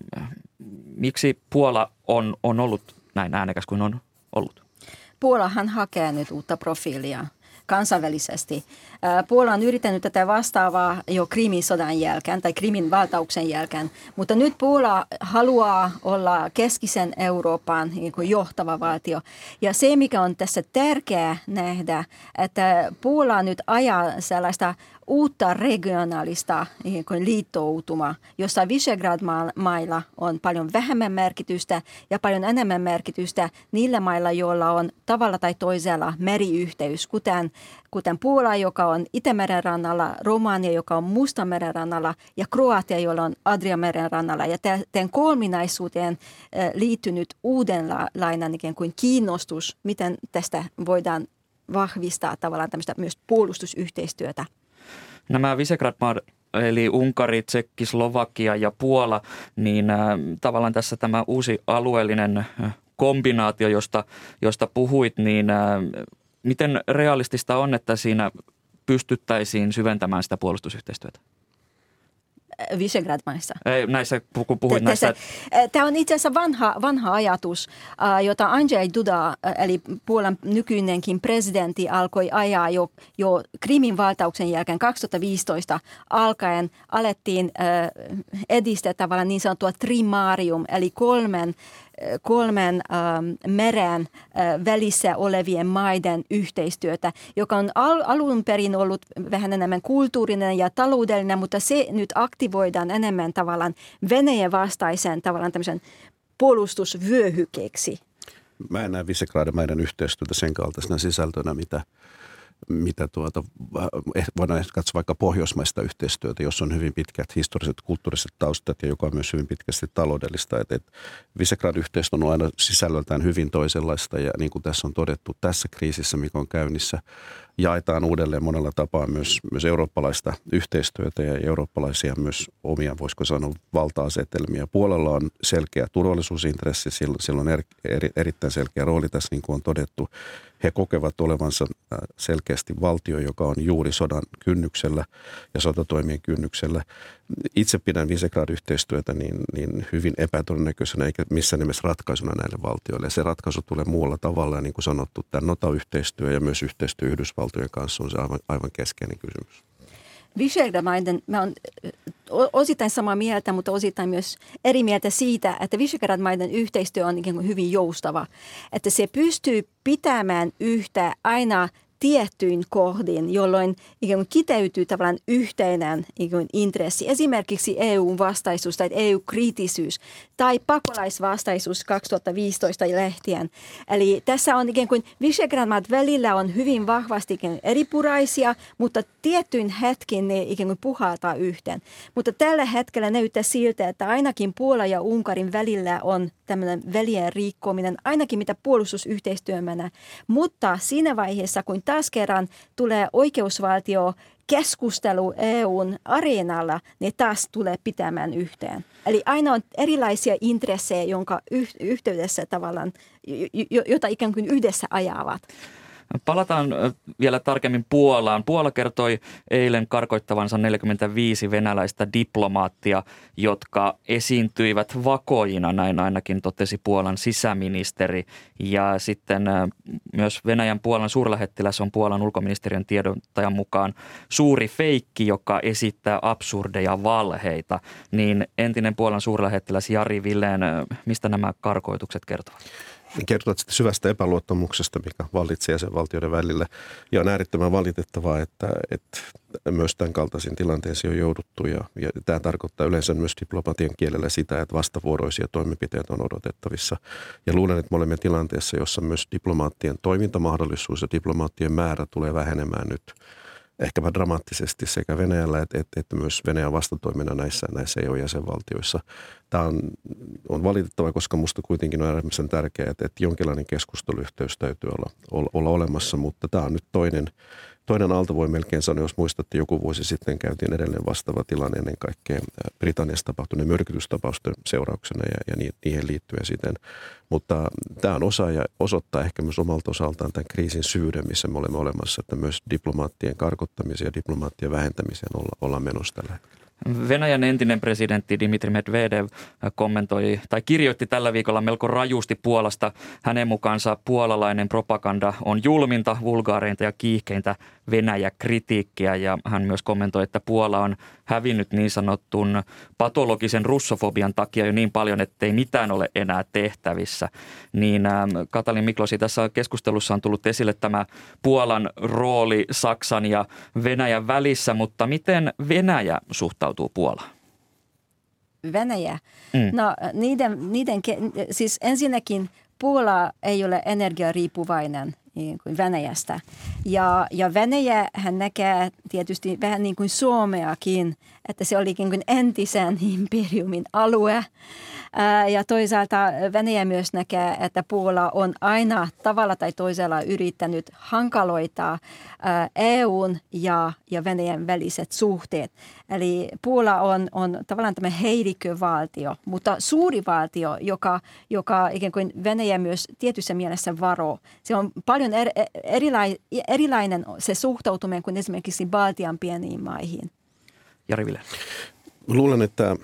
miksi Puola on, on ollut näin äänekäs kuin on ollut? Puolahan hakee nyt uutta profiilia kansainvälisesti. Puola on yrittänyt tätä vastaavaa jo Krimin sodan jälkeen tai Krimin valtauksen jälkeen, mutta nyt Puola haluaa olla keskisen Euroopan niin kuin johtava valtio. Ja se, mikä on tässä tärkeää nähdä, että Puola nyt ajaa sellaista uutta regionaalista niin kuin liittoutumaa, jossa Visegrad-mailla on paljon vähemmän merkitystä ja paljon enemmän merkitystä niillä mailla, joilla on tavalla tai toisella meriyhteys, kuten, kuten Puola, joka on Itämeren rannalla, Romania, joka on Mustanmeren rannalla ja Kroatia, jolla on Adriameren rannalla. Ja tämän kolminaisuuteen liittynyt uudenlainen ikään kuin kiinnostus, miten tästä voidaan vahvistaa tavallaan tämmöistä myös puolustusyhteistyötä. Nämä Visegrad-maat, eli Unkari, Tsekki, Slovakia ja Puola, niin äh, tavallaan tässä tämä uusi alueellinen äh, kombinaatio, josta, josta puhuit, niin äh, miten realistista on, että siinä pystyttäisiin syventämään sitä puolustusyhteistyötä? Visegrad-maissa. Ei, näissä, kun puhuit T- näistä... Tämä on itse asiassa vanha, vanha ajatus, jota Andrzej Duda, eli Puolan nykyinenkin presidentti, alkoi ajaa jo, jo Krimin valtauksen jälkeen kaksituhattaviisitoista alkaen. Alettiin edistää tavallaan niin sanottua trimarium, eli kolmen kolmen äh, meren äh, välissä olevien maiden yhteistyötä, joka on al- alun perin ollut vähän enemmän kulttuurinen ja taloudellinen, mutta se nyt aktivoidaan enemmän tavallaan Venäjän vastaisen tavallaan tämmöisen puolustusvyöhykeeksi. Mä en näe Visegrádin maiden yhteistyötä sen kaltaisena sisältönä, mitä mitä tuota, voidaan ehkä katsoa vaikka pohjoismaista yhteistyötä, jossa on hyvin pitkät historiset, kulttuuriset taustat ja joka on myös hyvin pitkästi taloudellista. Et, et Visegrad-yhteistyö on aina sisällöltään hyvin toisenlaista ja niin kuin tässä on todettu, tässä kriisissä, mikä on käynnissä, jaetaan uudelleen monella tapaa myös, myös eurooppalaista yhteistyötä ja eurooppalaisia myös omia, voisiko sanoa, valta-asetelmia. Puolella on selkeä turvallisuusintressi, sillä on eri, eri, erittäin selkeä rooli tässä, niin kuin on todettu. He kokevat olevansa selkeästi valtio, joka on juuri sodan kynnyksellä ja sotatoimien kynnyksellä. Itse pidän Visegrad-yhteistyötä niin, niin hyvin epätodennäköisenä eikä missään nimessä ratkaisuna näille valtioille. Ja se ratkaisu tulee muulla tavalla ja niin kuin sanottu, tämä Nota-yhteistyö ja myös yhteistyö Yhdysvaltojen kanssa on se aivan, aivan keskeinen kysymys. Visegrad-maiden, mä oon osittain samaa mieltä, mutta osittain myös eri mieltä siitä, että Visegrad-maiden yhteistyö on ikään kuin hyvin joustava. Että se pystyy pitämään yhtä aina tiettyyn kohdin, jolloin ikään kuin kiteytyy tavallaan yhteinen ikään kuin intressi. Esimerkiksi E U-vastaisuus tai E U-kriittisyys tai pakolaisvastaisuus kaksituhattaviisitoista lähtien. Eli tässä on ikään kuin Visegrad-maat välillä on hyvin vahvasti eripuraisia, mutta tiettyyn hetkin ne ikään kuin puhaltaa yhteen. Mutta tällä hetkellä näyttää siltä, että ainakin Puola ja Unkarin välillä on tämmöinen välien rikkominen, ainakin mitä puolustusyhteistyö menee. Mutta siinä vaiheessa, kun taas kerran tulee oikeusvaltio keskustelu E U:n areenalla, niin taas tulee pitämään yhteen. Eli aina on erilaisia intressejä, jonka yhteydessä tavallaan, jota ikään kuin yhdessä ajavat. Palataan vielä tarkemmin Puolaan. Puola kertoi eilen karkoittavansa neljäkymmentäviisi venäläistä diplomaattia, jotka esiintyivät vakoina, näin ainakin totesi Puolan sisäministeri. Ja sitten myös Venäjän Puolan suurlähettiläs on Puolan ulkoministeriön tiedottajan mukaan suuri feikki, joka esittää absurdeja valheita. Niin entinen Puolan suurlähettiläs Jari Vilén, mistä nämä karkoitukset kertovat? Kertovat sitä syvästä epäluottamuksesta, mikä vallitsee jäsenvaltioiden välillä. Ja on äärettömän valitettavaa, että, että myös tämän kaltaisiin tilanteisiin on jouduttu. Ja, ja tämä tarkoittaa yleensä myös diplomatian kielellä sitä, että vastavuoroisia toimenpiteitä on odotettavissa. Ja luulen, että me olemme tilanteessa, jossa myös diplomaattien toimintamahdollisuus ja diplomaattien määrä tulee vähenemään nyt ehkäpä dramaattisesti sekä Venäjällä että, että, että myös Venäjän vastatoimena näissä, näissä E U-jäsenvaltioissa. Tämä on, on valitettava, koska minusta kuitenkin on äärimmäisen tärkeää, että, että jonkinlainen keskusteluyhteys täytyy olla, olla, olla olemassa, mutta tämä on nyt toinen, toinen aalto, voi melkein sanoa, jos muistatte, joku vuosi sitten käytiin edelleen vastaava tilanne ennen kaikkea Britanniassa tapahtuneen myrkytystapausten seurauksena ja, ja niihin liittyen siten. Mutta tämä on osa ja osoittaa ehkä myös omalta osaltaan tämän kriisin syvyyden, missä me olemme olemassa, että myös diplomaattien karkottamiseen ja diplomaattien vähentämiseen olla, ollaan menossa tällä hetkellä. Venäjän entinen presidentti Dmitri Medvedev kommentoi tai kirjoitti tällä viikolla melko rajusti Puolasta. Hänen mukaansa puolalainen propaganda on julminta, vulgaareinta ja kiihkeintä Venäjä-kritiikkiä ja hän myös kommentoi, että Puola on hävinnyt niin sanotun patologisen russofobian takia jo niin paljon, ettei mitään ole enää tehtävissä. Niin Katalin Miklosi, tässä keskustelussa on tullut esille tämä Puolan rooli Saksan ja Venäjän välissä, mutta miten Venäjä suhtautuu Puolaan? Venäjä? Mm. No niiden, niiden, siis ensinnäkin Puola ei ole energiariippuvainen niin kuin Venäjästä. Ja, ja Venäjä hän näkee tietysti vähän niin kuin Suomeakin, että se oli niin kuin entisen imperiumin alue. Ää, ja toisaalta Venäjä myös näkee, että Puola on aina tavalla tai toisella yrittänyt hankaloittaa ää, E U:n ja, ja Venäjän väliset suhteet. Eli Puola on, on tavallaan tämä häirikövaltio, mutta suuri valtio, joka, joka ikään kuin Venäjä myös tietyssä mielessä varoo. Se on paljon er, erilai, erilainen se suhtautuminen kuin esimerkiksi Baltian pieniin maihin. Jari Vilén. Luulen, että,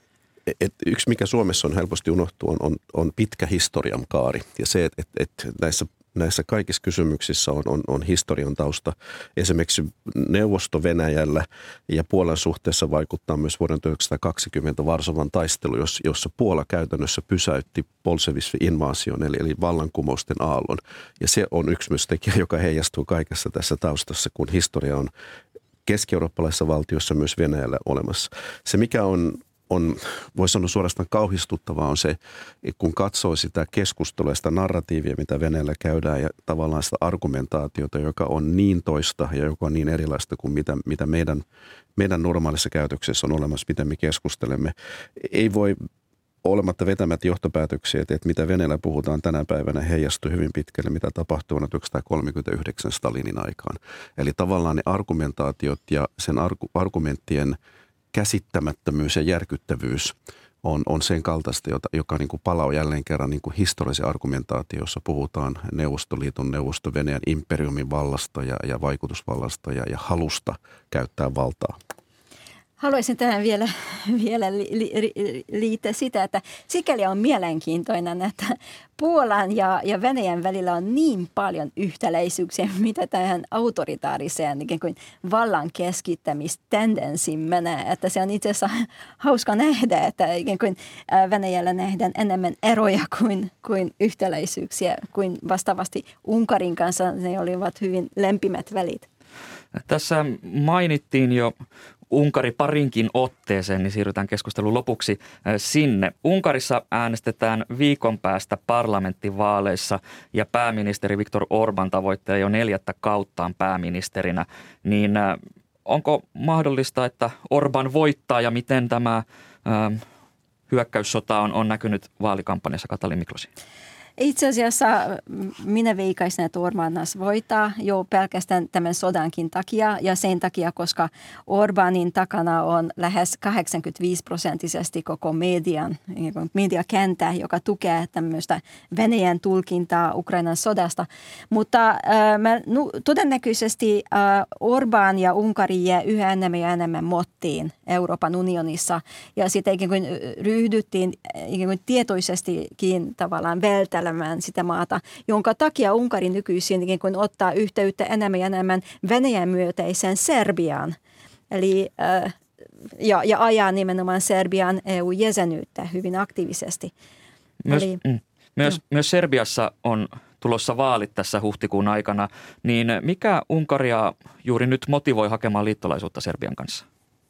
että yksi mikä Suomessa on helposti unohtuu on, on, on pitkä historian kaari ja se, että, että näissä Näissä kaikissa kysymyksissä on, on, on historian tausta. Esimerkiksi Neuvosto-Venäjällä ja Puolan suhteessa vaikuttaa myös vuoden tuhatyhdeksänsataakaksikymmentä Varsovan taistelu, jossa Puola käytännössä pysäytti bolševismi-invaasion eli, eli vallankumousten aallon. Ja se on yksi myös tekijä, joka heijastuu kaikessa tässä taustassa, kun historia on keski-eurooppalaisessa valtiossa myös Venäjällä olemassa. Se mikä on on, voisi sanoa suorastaan kauhistuttavaa on se, että kun katsoo sitä keskustelua, sitä narratiivia, mitä Venäjällä käydään ja tavallaan sitä argumentaatiota, joka on niin toista ja joka on niin erilaista kuin mitä, mitä meidän, meidän normaalissa käytöksessä on olemassa, miten me keskustelemme. Ei voi olematta vetämättä johtopäätöksiä, että, että mitä Venäjällä puhutaan tänä päivänä heijastuu hyvin pitkälle, mitä tapahtui vuonna tuhatyhdeksänsataakolmekymmentäyhdeksän Stalinin aikaan. Eli tavallaan ne argumentaatiot ja sen argu, argumenttien käsittämättömyys ja järkyttävyys on, on sen kaltaista, jota, joka niin kuin palaa jälleen kerran niin kuin historiallisen argumentaatio, jossa puhutaan Neuvostoliiton, Neuvosto-Venäjän imperiumin vallasta ja, ja vaikutusvallasta ja, ja halusta käyttää valtaa. Haluaisin tähän vielä, vielä li, li, liittää sitä, että sikäli on mielenkiintoinen, että Puolan ja, ja Venäjän välillä on niin paljon yhtäläisyyksiä, mitä tähän autoritaariseen ikään kuin vallan keskittämistendenssiin menee. Että se on itse asiassa hauska nähdä, että ikään kuin Venäjällä nähdään enemmän eroja kuin, kuin yhtäläisyyksiä, kuin vastaavasti Unkarin kanssa ne olivat hyvin lämpimät välit. Tässä mainittiin jo Unkari parinkin otteeseen, niin siirrytään keskustelun lopuksi sinne. Unkarissa äänestetään viikon päästä parlamenttivaaleissa ja pääministeri Viktor Orbán tavoittelee jo neljättä kauttaan pääministerinä. Niin onko mahdollista, että Orbán voittaa ja miten tämä äh, hyökkäyssota on, on näkynyt vaalikampanjassa? Katalin Miklosi? Itse asiassa minä veikaisin, että Orbán voittaa jo pelkästään tämän sodankin takia ja sen takia, koska Orbánin takana on lähes kahdeksankymmentäviisi prosenttisesti koko median, mediakenttä, joka tukee tämmöistä Venäjän tulkintaa Ukrainan sodasta. Mutta äh, mä, no, todennäköisesti äh, Orbán ja Unkari jää yhä enemmän ja enemmän mottiin Euroopan unionissa ja sitten ikään kuin ryhdyttiin ikään kuin tietoisestikin tavallaan välttämään sitä maata, jonka takia Unkari nykyisin ikään kuin ottaa yhteyttä enemmän ja enemmän Venäjän myöteiseen Serbiaan. Eli, äh, ja, ja ajaa nimenomaan Serbian E U-jäsenyyttä hyvin aktiivisesti. Myös, Eli, mm, myös, mm. myös Serbiassa on tulossa vaalit tässä huhtikuun aikana, niin mikä Unkaria juuri nyt motivoi hakemaan liittolaisuutta Serbian kanssa?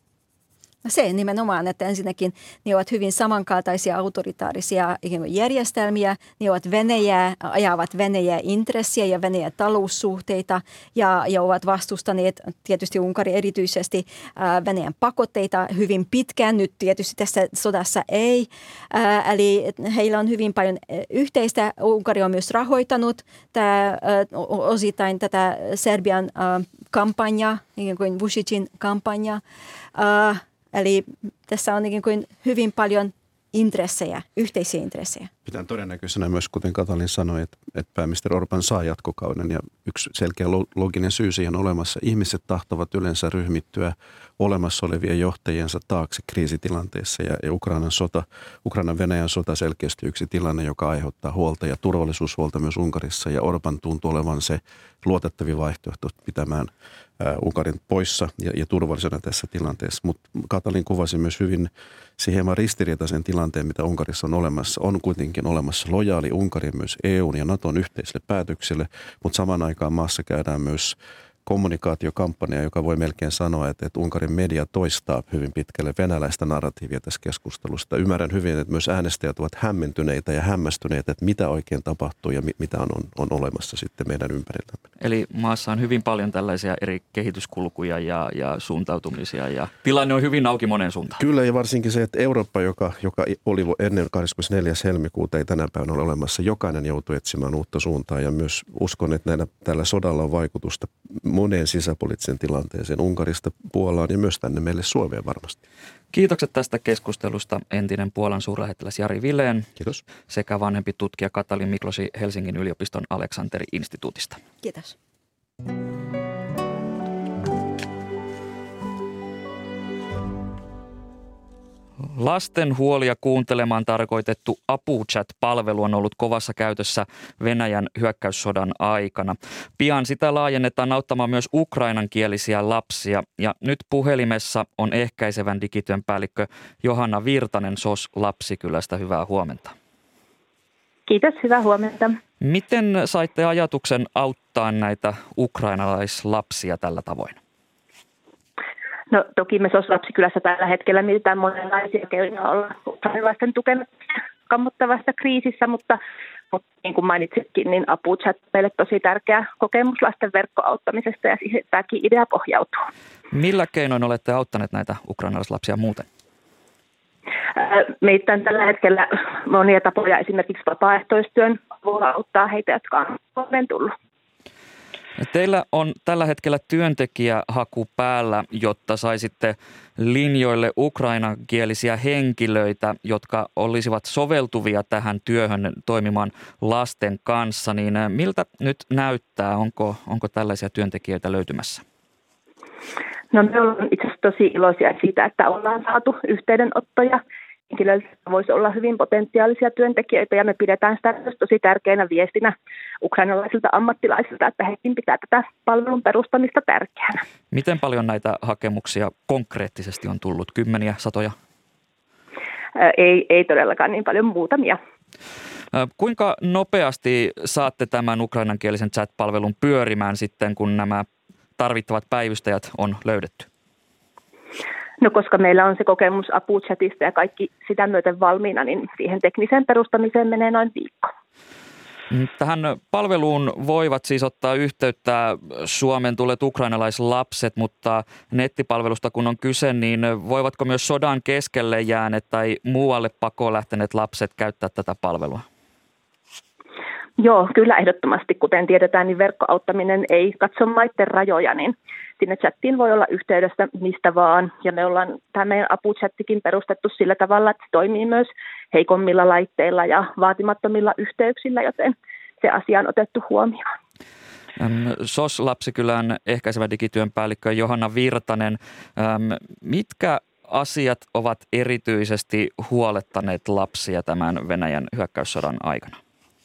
Se nimenomaan, että ensinnäkin ne ovat hyvin samankaltaisia autoritaarisia järjestelmiä. Ne ovat Venäjää, ajavat Venäjää intressiä ja Venäjän taloussuhteita ja, ja ovat vastustaneet tietysti Unkari erityisesti ää, Venäjän pakotteita hyvin pitkään. Nyt tietysti tässä sodassa ei. Ää, eli heillä on hyvin paljon yhteistä. Unkari on myös rahoittanut tää, ää, osittain tätä Serbian ää, kampanjaa, niin kuin Vučićin kampanjaa. Ää, Eli tässä on ikään kuin hyvin paljon intressejä, yhteisiä intressejä. Pitää todennäköisenä myös, kuten Katalin sanoi, että, että pääministeri Orbán saa jatkokauden ja yksi selkeä loginen syy siihen olemassa. Ihmiset tahtovat yleensä ryhmittyä olemassa olevien johtajiensa taakse kriisitilanteessa ja, ja Ukrainan sota, Ukrainan Venäjän sota selkeästi yksi tilanne, joka aiheuttaa huolta ja turvallisuushuolta myös Unkarissa ja Orbán tuntuu olevan se luotettavin vaihtoehto pitämään ää, Unkarin poissa ja, ja turvallisena tässä tilanteessa. Mutta Katalin kuvasi myös hyvin se hieman ristiriitaisen tilanteen, mitä Unkarissa on olemassa. On kuitenkin olemassa lojaali Unkari myös E U:n ja Naton yhteisille päätöksille, mutta samaan aikaan maassa käydään myös kommunikaatiokampanja, joka voi melkein sanoa, että, että Unkarin media toistaa hyvin pitkälle venäläistä narratiivia tässä keskustelusta. Ymmärrän hyvin, että myös äänestäjät ovat hämmentyneitä ja hämmästyneitä, että mitä oikein tapahtuu ja mitä on, on, on olemassa sitten meidän ympärillämme. Eli maassa on hyvin paljon tällaisia eri kehityskulkuja ja, ja suuntautumisia ja tilanne on hyvin auki monen suuntaan. Kyllä ja varsinkin se, että Eurooppa, joka, joka oli ennen kahdeskymmenesneljäs helmikuuta ei tänä päivänä ole olemassa, jokainen joutuu etsimään uutta suuntaa ja myös uskon, että näillä, tällä sodalla on vaikutusta moneen sisäpoliittiseen tilanteeseen Unkarista Puolaan ja myös tänne meille Suomeen varmasti. Kiitokset tästä keskustelusta entinen Puolan suurlähettiläs Jari Vilen. Kiitos. Sekä vanhempi tutkija Katalin Miklosi Helsingin yliopiston Aleksanteri-instituutista. Kiitos. Lasten huolia kuuntelemaan tarkoitettu ApuChat-palvelu on ollut kovassa käytössä Venäjän hyökkäyssodan aikana. Pian sitä laajennetaan auttamaan myös ukrainankielisiä lapsia. Ja nyt puhelimessa on ehkäisevän digityön päällikkö Johanna Virtanen S O S Lapsikylästä. Hyvää huomenta. Kiitos, hyvää huomenta. Miten saitte ajatuksen auttaa näitä ukrainalaislapsia tällä tavoin? No toki me S O S Lapsikylässä tällä hetkellä mietitään monenlaisia keinoja olla ukrainalaisten tukena kammottavassa kriisissä, mutta, mutta niin kuin mainitsitkin, niin ApuChat meille tosi tärkeä kokemus lasten verkkoauttamisesta ja siihen tämäkin idea pohjautuu. Millä keinoin olette auttaneet näitä ukrainalaislapsia muuten? Meitä on tällä hetkellä monia tapoja esimerkiksi vapaaehtoistyön avulla auttaa heitä, jotka on Suomeen tullut. Teillä on tällä hetkellä työntekijähaku päällä, jotta saisitte linjoille ukrainankielisiä henkilöitä, jotka olisivat soveltuvia tähän työhön toimimaan lasten kanssa. Niin miltä nyt näyttää? Onko, onko tällaisia työntekijöitä löytymässä? No me ollaan itse asiassa tosi iloisia siitä, että ollaan saatu yhteydenottoja. Henkilöiltä voisi olla hyvin potentiaalisia työntekijöitä ja me pidetään sitä myös tosi tärkeänä viestinä ukrainalaisilta ammattilaisilta, että hekin pitää tätä palvelun perustamista tärkeänä. Miten paljon näitä hakemuksia konkreettisesti on tullut? Kymmeniä, satoja? Ei, ei todellakaan niin paljon, muutamia. Kuinka nopeasti saatte tämän ukrainankielisen chat-palvelun pyörimään sitten, kun nämä tarvittavat päivystäjät on löydetty? No koska meillä on se kokemus ApuChatista ja kaikki sitä myöten valmiina, niin siihen tekniseen perustamiseen menee noin viikko. Tähän palveluun voivat siis ottaa yhteyttä Suomen tulleet ukrainalaislapset, mutta nettipalvelusta kun on kyse, niin voivatko myös sodan keskelle jääneet tai muualle pakoon lähteneet lapset käyttää tätä palvelua? Joo, kyllä ehdottomasti. Kuten tiedetään, niin verkkoauttaminen ei katso maiden rajoja, niin sinne chattiin voi olla yhteydessä mistä vaan. Ja me ollaan tämä meidän ApuChattikin perustettu sillä tavalla, että se toimii myös heikommilla laitteilla ja vaatimattomilla yhteyksillä, joten se asia on otettu huomioon. S O S Lapsikylän ehkäisevä digityön päällikkö Johanna Virtanen, mitkä asiat ovat erityisesti huolettaneet lapsia tämän Venäjän hyökkäyssodan aikana?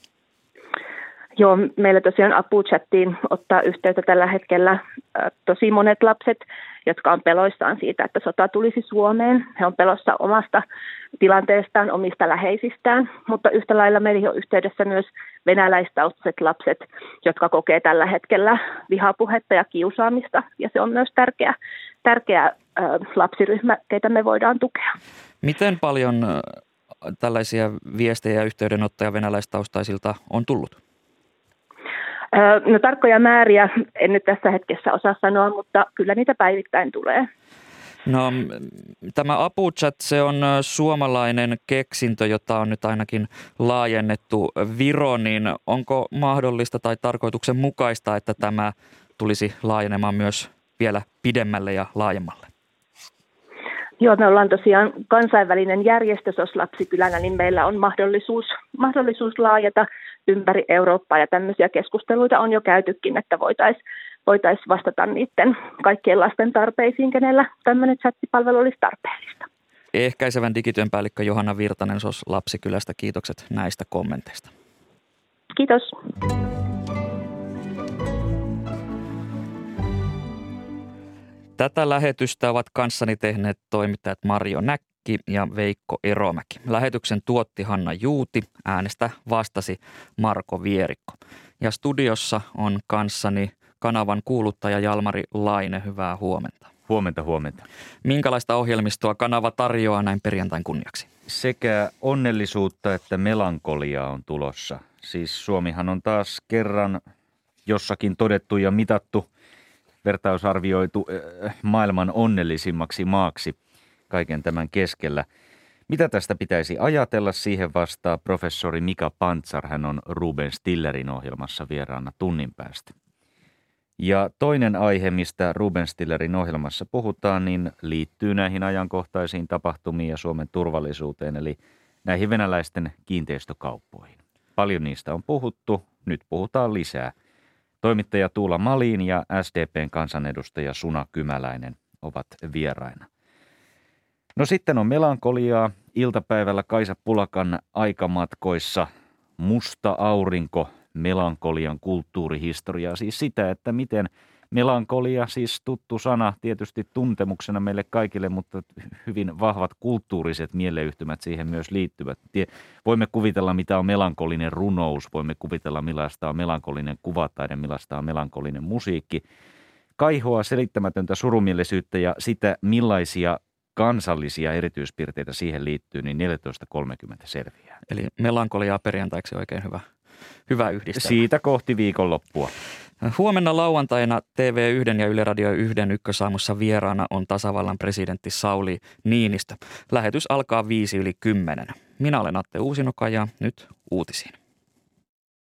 Joo, meillä tosiaan ApuChattiin ottaa yhteyttä tällä hetkellä äh, tosi monet lapset, jotka on peloissaan siitä, että sota tulisi Suomeen. He on pelossa omasta tilanteestaan, omista läheisistään, mutta yhtä lailla meillä on yhteydessä myös venäläistaustaiset lapset, jotka kokee tällä hetkellä vihapuhetta ja kiusaamista, ja se on myös tärkeä, tärkeä äh, lapsiryhmä, keitä me voidaan tukea. Miten paljon äh, tällaisia viestejä ja yhteydenottoja venäläistaustaisilta on tullut? No tarkkoja määriä en nyt tässä hetkessä osaa sanoa, mutta kyllä niitä päivittäin tulee. No tämä ApuChat, se on suomalainen keksintö, jota on nyt ainakin laajennettu Viroon, niin onko mahdollista tai tarkoituksenmukaista, että tämä tulisi laajenemaan myös vielä pidemmälle ja laajemmalle? Joo, me ollaan tosiaan kansainvälinen järjestö S O S Lapsikylänä, niin meillä on mahdollisuus, mahdollisuus laajata ympäri Eurooppaa ja tämmöisiä keskusteluita on jo käytykin, että voitaisiin voitais vastata niiden kaikkien lasten tarpeisiin, kenellä tämmöinen chattipalvelu olisi tarpeellista. Ehkäisevän digityön päällikkö Johanna Virtanen S O S Lapsikylästä, kiitokset näistä kommenteista. Kiitos. Tätä lähetystä ovat kanssani tehneet toimittajat Marjo Näkki ja Veikko Eromäki. Lähetyksen tuotti Hanna Juuti, äänestä vastasi Marko Vierikko. Ja studiossa on kanssani kanavan kuuluttaja Jalmari Laine. Hyvää huomenta. Huomenta, huomenta. Minkälaista ohjelmistoa kanava tarjoaa näin perjantain kunniaksi? Sekä onnellisuutta että melankoliaa on tulossa. Siis Suomihan on taas kerran jossakin todettu ja mitattu, vertausarvioitu maailman onnellisimmaksi maaksi kaiken tämän keskellä. Mitä tästä pitäisi ajatella? Siihen vastaa professori Mika Pantsar. Hän on Ruben Stillerin ohjelmassa vieraana tunnin päästä. Ja toinen aihe, mistä Ruben Stillerin ohjelmassa puhutaan, niin liittyy näihin ajankohtaisiin tapahtumiin ja Suomen turvallisuuteen, eli näihin venäläisten kiinteistökauppoihin. Paljon niistä on puhuttu, nyt puhutaan lisää. Toimittaja Tuula Malin ja S D P:n kansanedustaja Suna Kymäläinen ovat vieraina. No sitten on melankoliaa iltapäivällä Kaisa Pulakan aikamatkoissa. Musta aurinko, melankolian kulttuurihistoriaa. Siis sitä, että miten melankolia, siis tuttu sana tietysti tuntemuksena meille kaikille, mutta hyvin vahvat kulttuuriset mieleyhtymät siihen myös liittyvät. Voimme kuvitella, mitä on melankolinen runous, voimme kuvitella, millaista on melankolinen kuvataide, millaista on melankolinen musiikki. Kaihoa, selittämätöntä surumielisyyttä ja sitä, millaisia kansallisia erityispiirteitä siihen liittyy, niin neljätoista kolmekymmentä selviää. Eli melankoliaa perjantaiksi oikein hyvä, hyvä yhdistelmä. Siitä kohti viikonloppua. Huomenna lauantaina T V yksi ja Yle Radio yksi ykkösaamussa vieraana on tasavallan presidentti Sauli Niinistö. Lähetys alkaa viisi yli kymmenen. Minä olen Atte Uusinoka ja nyt uutisiin.